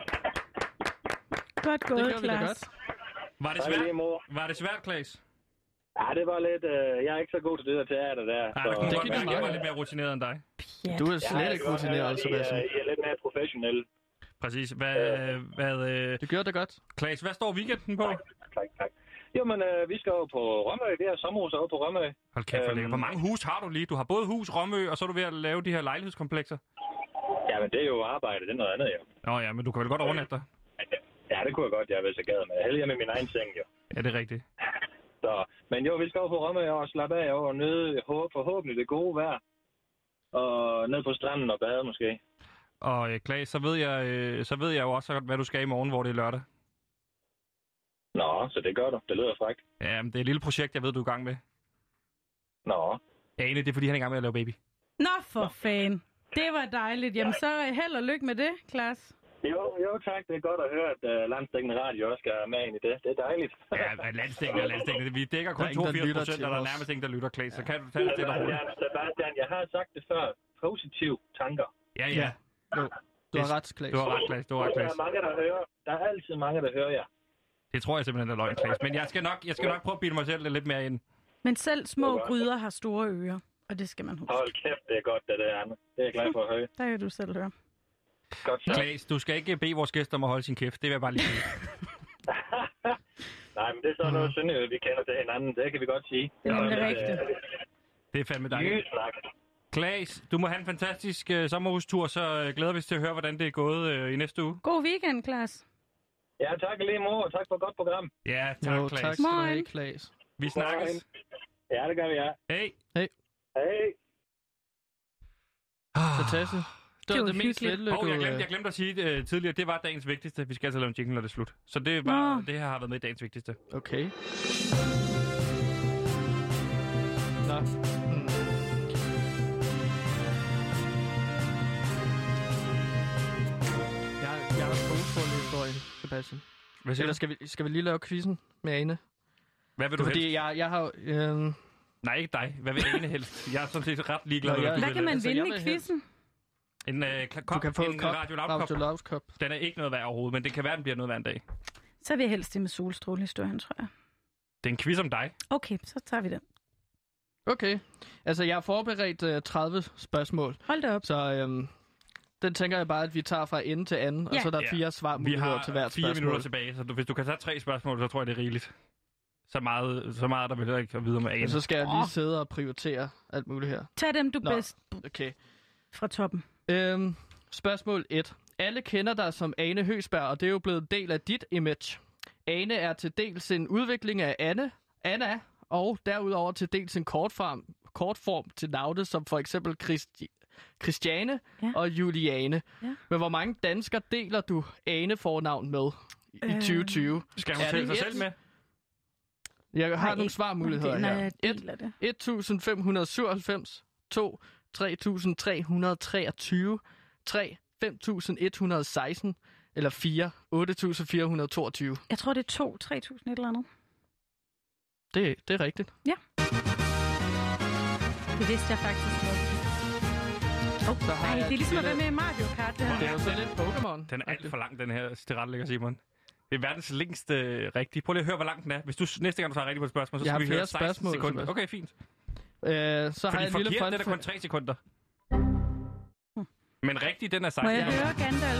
Godt gået, Claes. Var det svært, Claes? Ja, det var lidt... jeg er ikke så god til det der teater der. Nej, det kunne godt være, jeg var lidt mere rutineret end dig. Du er slet ikke rutineret, Sebastian. Jeg er lidt mere professionel. Præcis. Det gør det godt. Claes, hvad står weekenden på? Tak. Jo, men vi skal over på Rømø. Det er sommerhus over på Rømø. Hold kæft, hvor mange hus har du lige? Du har både hus, Rømø, og så er du ved at lave de her lejlighedskomplekser. Ja, men det er jo arbejde. Det er noget andet, jo. Nå ja, men du kan vel godt overnatte dig? Ja, det kunne jeg godt, hvis jeg gad. Men heldig med min egen seng, jo. Ja, det er rigtigt. Så, men jo, vi skal over på Rømø og slappe af og nyde forhåbentlig det gode vejr. Og ned på stranden og bade måske. Og Claes, så ved jeg jo også, hvad du skal i morgen, hvor det er lørdag. Nå, så det gør du. Det lyder frækt. Ja, men det er et lille projekt, jeg ved, du er i gang med. Nå. Ane, det er fordi, han er i gang med at lave baby. Nå, for fan. Det var dejligt. Jamen, så held og lykke med det, Claes. Jo, tak. Det er godt at høre, at Landsdækkende Radio også skal være med ind i det. Det er dejligt. Ja, Landsdækkende. Vi dækker kun 82%, og der er nærmest ingen, der lytter, Claes. Så kan du tage det stille og roligt. Sebastian, jeg har sagt det før. Positive tanker. Ja. Du har ret, Claes. Du har ret, Claes. Der er mange, der hører. Der er altid mange, der hører jer. Det tror jeg simpelthen er løgn, Claes. Men jeg skal nok prøve at bilde mig selv lidt mere ind. Men selv små gryder har store ører, og det skal man huske. Hold kæft, det er godt, det der, Anne. Det er jeg glad for at høre. Der kan du selv høre. Godt så. Claes, du skal ikke bede vores gæster om at holde sin kæft. Det vil jeg bare lige sige. Nej, men det er så noget sønderjyde, vi kender til hinanden. Det kan vi godt sige. Det er rigtigt. Det er fandme dejligt. Klaas, du må have en fantastisk sommerhustur, så glæder vi os til at høre, hvordan det er gået i næste uge. God weekend, Klaas. Ja, tak lige mor, og tak for et godt program. Ja, tak, Klaas. Tak skal du have, Klaas. Vi snakkes. Ja, det gør vi, ja. Hej. Hej. Hej. Fantastisk. Det var det mest vellykkede. Jeg glemte at sige tidligere, det var dagens vigtigste. Vi skal altså lave en jingle, når det er slut. Så det her har været med i dagens vigtigste. Okay. Nå. Jeg har en historie, Sebastian. Eller skal vi lige lave quizzen med Ane? Hvad vil du helst? Fordi jeg har... Nej, ikke dig. Hvad vil Ane helst? Jeg er sådan set ret ligeglad med, hvad kan man vinde i quizzen? En du kan få en Radio Loud Cup. Den er ikke noget værd overhovedet, men det kan være, den bliver noget værd en dag. Så vil jeg helst det med solstrålehistorien, tror jeg. Det er en quiz om dig. Okay, så tager vi den. Okay. Altså, jeg har forberedt 30 spørgsmål. Hold da op. Så den tænker jeg bare, at vi tager fra ende til anden, og så er der 4 svarmuligheder til hvert spørgsmål. Vi har 4 minutter tilbage, så hvis du kan tage 3 spørgsmål, så tror jeg, det er rigeligt. Så meget der vil jeg ikke at vide om Ane. Så skal jeg lige sidde og prioritere alt muligt her. Tag dem, du bedst okay. Fra toppen. Spørgsmål 1. Alle kender dig som Ane Høgsberg, og det er jo blevet en del af dit image. Ane er til dels en udvikling af Anna, og derudover til dels en kortform til navne, som for eksempel Christiane og Juliane. Ja. Men hvor mange danskere deler du Ane-fornavn med i 2020? Skal hun tælle sig selv med? Jeg har nogle svarmuligheder her. 1597, 2, 3323, 3, 5116, eller 4, 8422. Jeg tror, det er 2, 3000 et eller andet. Det er rigtigt. Ja. Det vidste jeg faktisk godt. Nej, det er ligesom at være med i Mario Kart. Det er jo så lidt Pokémon. Den er alt for lang, den her tilrettelægger, Simon. Det er verdens længste rigtige. Prøv lige at høre, hvor lang den er. Hvis du næste gang du tager rigtigt på et spørgsmål, så skal vi høre 16 sekunder. Okay, fint. Så har jeg en lille fun. Den er kun 3 sekunder. Men rigtig, den er 16. Må jeg høre Gandalf?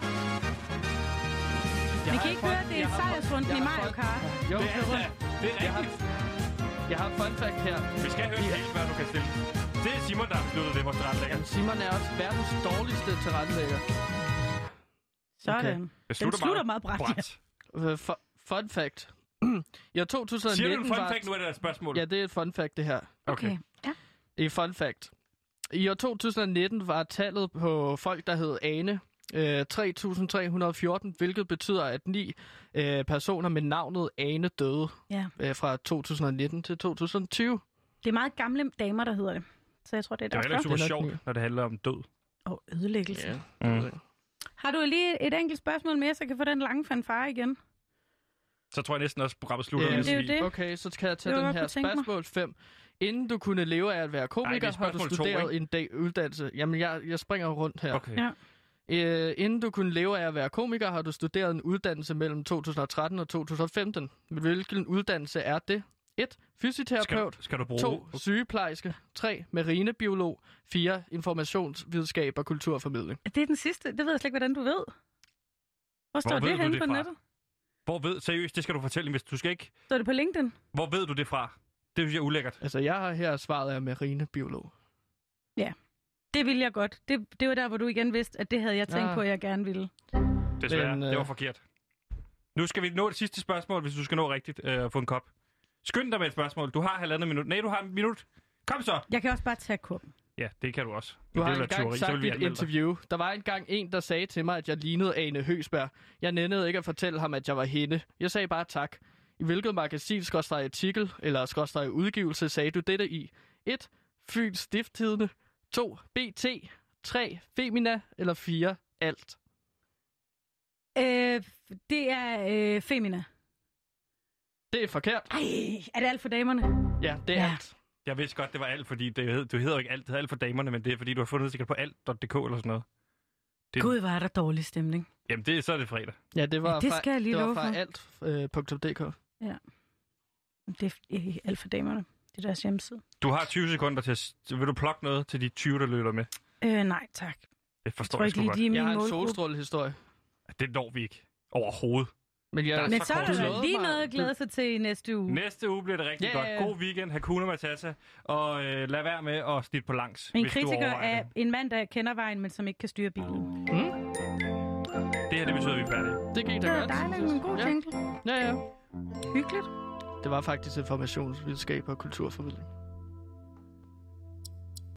Vi kan ikke høre, det er sejrsrunden i Mario Kart. Jo, det er rigtigt. Jeg har fun fact her. Vi skal høre helt, hvad du kan stille. Det er Simon, der har besluttet det, vores tilrettelægger. Simon er også verdens dårligste tilrettelægger. Sådan. Okay. Den slutter meget bræt. Fun fact. I år 2019 siger du en fun fact nu, er det et spørgsmål? Ja, det er et fun fact, det her. Okay. Ja. Det er fun fact. I år 2019 var tallet på folk, der hed Ane, 3.314, hvilket betyder, at 9 personer med navnet Ane døde fra 2019 til 2020. Det er meget gamle damer, der hedder det. Så jeg tror, det er derfor. Det er heller ikke super sjovt, når det handler om død. Og ødelæggelse. Ja. Har du lige et enkelt spørgsmål mere, så jeg kan få den lange fanfare igen? Så tror jeg næsten også, programmet slutter. Ja, det er jo det. Okay, så kan jeg tage den her. Spørgsmål 5. Inden du kunne leve af at være komiker, har du studeret en dag uddannelse. Jamen, jeg springer rundt her. Okay. Ja. Inden du kunne leve af at være komiker, har du studeret en uddannelse mellem 2013 og 2015. Men hvilken uddannelse er det? 1. Fysioterapeut. Skal du bruge... 2. Sygeplejerske. 3. Marinebiolog. 4. Informationsvidenskab og kulturformidling. Det er den sidste. Det ved jeg slet ikke, hvordan du ved. Hvor står det henne på nettet? Hvor ved... Seriøst, det skal du fortælle, hvis du skal ikke... Står det på LinkedIn? Hvor ved du det fra? Det synes jeg er ulækkert. Altså, jeg har her svaret af marinebiolog. Ja, det ville jeg godt. Det var der, hvor du igen vidste, at det havde jeg tænkt på, at jeg gerne ville. Desværre, det var forkert. Nu skal vi nå det sidste spørgsmål, hvis du skal nå rigtigt at få en kop. Skynd dig med et spørgsmål. Du har 1,5 minut. Nej, du har 1 minut. Kom så! Jeg kan også bare tage koppen. Ja, det kan du også. Du har engang sagt i et interview. Der var engang en, der sagde til mig, at jeg lignede Ane Høgsberg. Jeg nændede ikke at fortælle ham, at jeg var hende. Jeg sagde bare tak. I hvilket magasin, artikel eller udgivelse sagde du dette i? 1. Fyns Stiftstidende. 2. BT. 3. Femina. Eller 4. Alt. Det er Femina. Det er forkert. Ej, er det alt for damerne? Ja, det er alt. Jeg vidste godt, det var alt, fordi du hedder jo ikke alt. Det hedder alt for damerne, men det er fordi, du har fundet det sikkert på alt.dk eller sådan noget. Gud, var der dårlig stemning. Jamen, så er det fredag. Ja, det var fra alt.dk. Ja. Det er alt for damerne. Det er deres hjemmeside. Du har 20 sekunder til... Vil du plukke noget til de 20, der lytter med? Nej, tak. Det forstår jeg sgu godt. Jeg har en solstrålehistorie. Det når vi ikke. Overhovedet. Men så er der lige noget at glæde sig til i næste uge. Næste uge bliver det rigtig godt. God weekend, Hakuna Matata, og lad være med at slitte på langs. En kritiker er en mand, der kender vejen, men som ikke kan styre bilen. Det her, det betyder, at vi er færdige. Det gik da godt. Det er dejligt, en god jingle. Ja. Hyggeligt. Det var faktisk informationsvidenskab og kulturformidling.